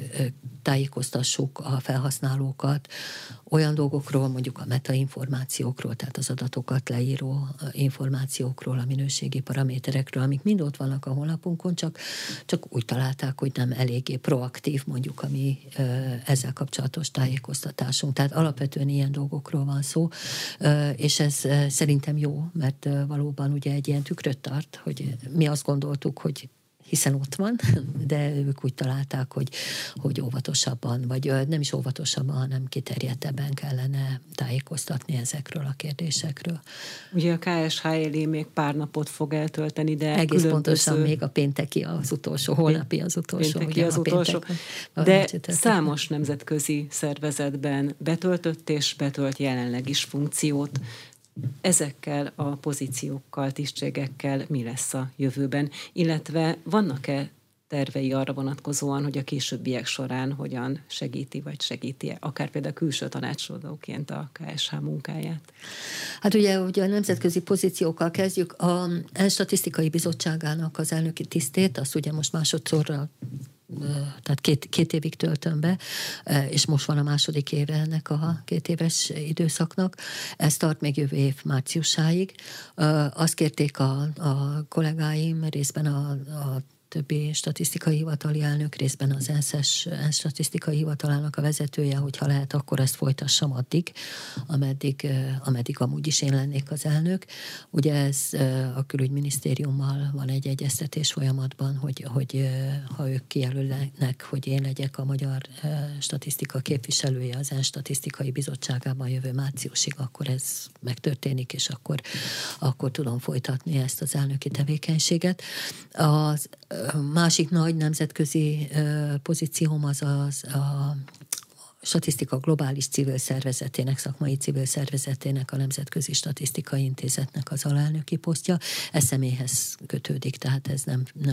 B: tájékoztassuk a felhasználókat olyan dolgokról, mondjuk a metainformációkról, tehát az adatokat leíró információkról, a minőségi paraméterekről, amik mind ott vannak a honlapunkon, csak úgy találták, hogy nem eléggé proaktív, mondjuk, ami ezzel kapcsolatos tájékoztatásunk. Tehát alapvetően ilyen dolgokról van szó, és ez szerintem jó, mert valóban ugye egy ilyen tükröt tart, hogy mi azt gondoltuk, hogy hiszen ott van, de ők úgy találták, hogy óvatosabban, vagy nem is óvatosabban, hanem kiterjedtebben kellene tájékoztatni ezekről a kérdésekről.
A: Ugye a KSH elé még pár napot fog eltölteni, de
B: egész pontosan még a pénteki az utolsó, holnapi az utolsó.
A: Pénteki az utolsó. De számos nemzetközi szervezetben betöltött és betölt jelenleg is funkciót. Ezekkel a pozíciókkal, tisztségekkel mi lesz a jövőben? Illetve vannak-e tervei arra vonatkozóan, hogy a későbbiek során hogyan segíti, vagy segíti-e, akár például külső tanácsadóként a KSH munkáját?
B: Hát ugye a nemzetközi pozíciókkal kezdjük. A statisztikai bizottságának az elnöki tisztét, azt ugye most másodszorra, tehát két évig töltöm be, és most van a második éve ennek a 2 éves időszaknak. Ez tart még jövő év márciusáig. Azt kérték a kollégáim, részben a többi statisztikai hivatali elnök, részben az ENSZ statisztikai hivatalának a vezetője, hogyha lehet, akkor ezt folytassam addig, ameddig amúgy is én lennék az elnök. Ugye ez a külügyminisztériummal van egy egyeztetés folyamatban, hogy ha ők kijelölnek, hogy én legyek a magyar statisztika képviselője az ENSZ statisztikai bizottságában jövő márciusig, akkor ez megtörténik, és akkor tudom folytatni ezt az elnöki tevékenységet. Az másik nagy nemzetközi pozícióm az a statisztika globális civil szervezetének, szakmai civil szervezetének, a Nemzetközi Statisztikai Intézetnek az alelnöki posztja. Ez személyhez kötődik, tehát ez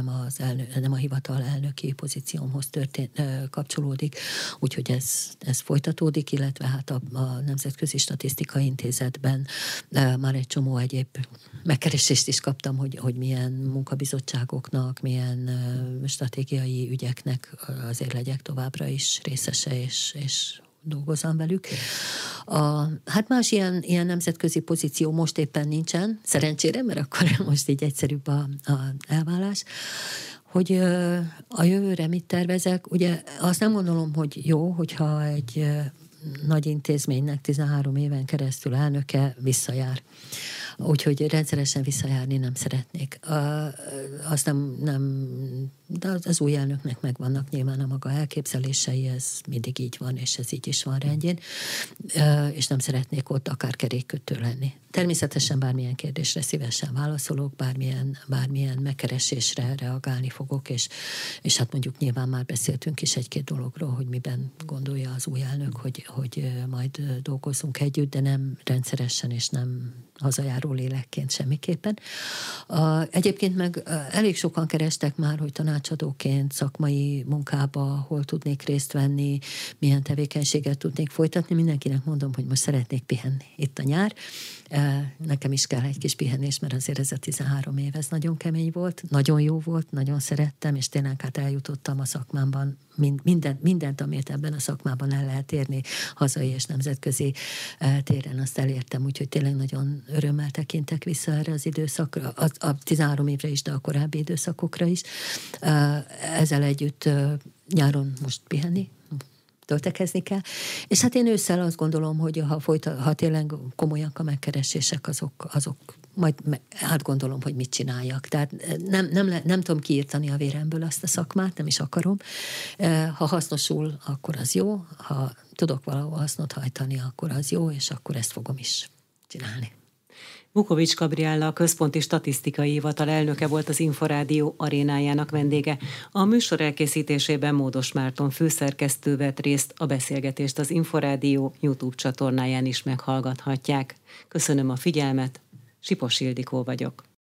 B: nem a hivatal elnöki pozíciómhoz kapcsolódik, úgyhogy ez folytatódik, illetve hát a Nemzetközi Statisztikai Intézetben már egy csomó egyéb megkeresést is kaptam, hogy milyen munkabizottságoknak, milyen stratégiai ügyeknek azért legyek továbbra is részese, és dolgozom velük. Hát más ilyen nemzetközi pozíció most éppen nincsen, szerencsére, mert akkor most így egyszerűbb a elvállás. Hogy a jövőre mit tervezek, ugye azt nem gondolom, hogy jó, hogyha egy nagy intézménynek 13 éven keresztül elnöke visszajár. Úgyhogy rendszeresen visszajárni nem szeretnék. Azt nem, de az új elnöknek megvannak nyilván a maga elképzelései, ez mindig így van, és ez így is van rendjén, és nem szeretnék ott akár kerékkötő lenni. Természetesen bármilyen kérdésre szívesen válaszolok, bármilyen megkeresésre reagálni fogok, és hát mondjuk nyilván már beszéltünk is egy-két dologról, hogy miben gondolja az új elnök, hogy majd dolgozzunk együtt, de nem rendszeresen, és nem hazajáró lélekként semmiképpen. Egyébként meg elég sokan kerestek már, hogy tanácsadóként szakmai munkába hol tudnék részt venni, milyen tevékenységet tudnék folytatni. Mindenkinek mondom, hogy most szeretnék pihenni. Itt a nyár. Nekem is kell egy kis pihenés, mert azért ez a 13 év, ez nagyon kemény volt, nagyon jó volt, nagyon szerettem, és tényleg hát eljutottam a szakmámban, mindent, amit ebben a szakmában el lehet érni, hazai és nemzetközi téren, azt elértem, úgyhogy tényleg nagyon örömmel tekintek vissza erre az időszakra, a 13 évre is, de a korábbi időszakokra is. Ezzel együtt nyáron most pihenni, töltekezni kell. És hát én ősszel azt gondolom, hogy ha tényleg komolyak a megkeresések, azok majd átgondolom, hogy mit csináljak. Tehát nem tudom kiírtani a véremből azt a szakmát, nem is akarom. Ha hasznosul, akkor az jó, ha tudok valahol hasznot hajtani, akkor az jó, és akkor ezt fogom is csinálni.
A: Vukovics Gabriella, a Központi Statisztikai Hivatal elnöke volt az Inforádió arénájának vendége. A műsor elkészítésében Módos Márton főszerkesztő vett részt, a beszélgetést az Inforádió YouTube csatornáján is meghallgathatják. Köszönöm a figyelmet, Sipos Ildikó vagyok.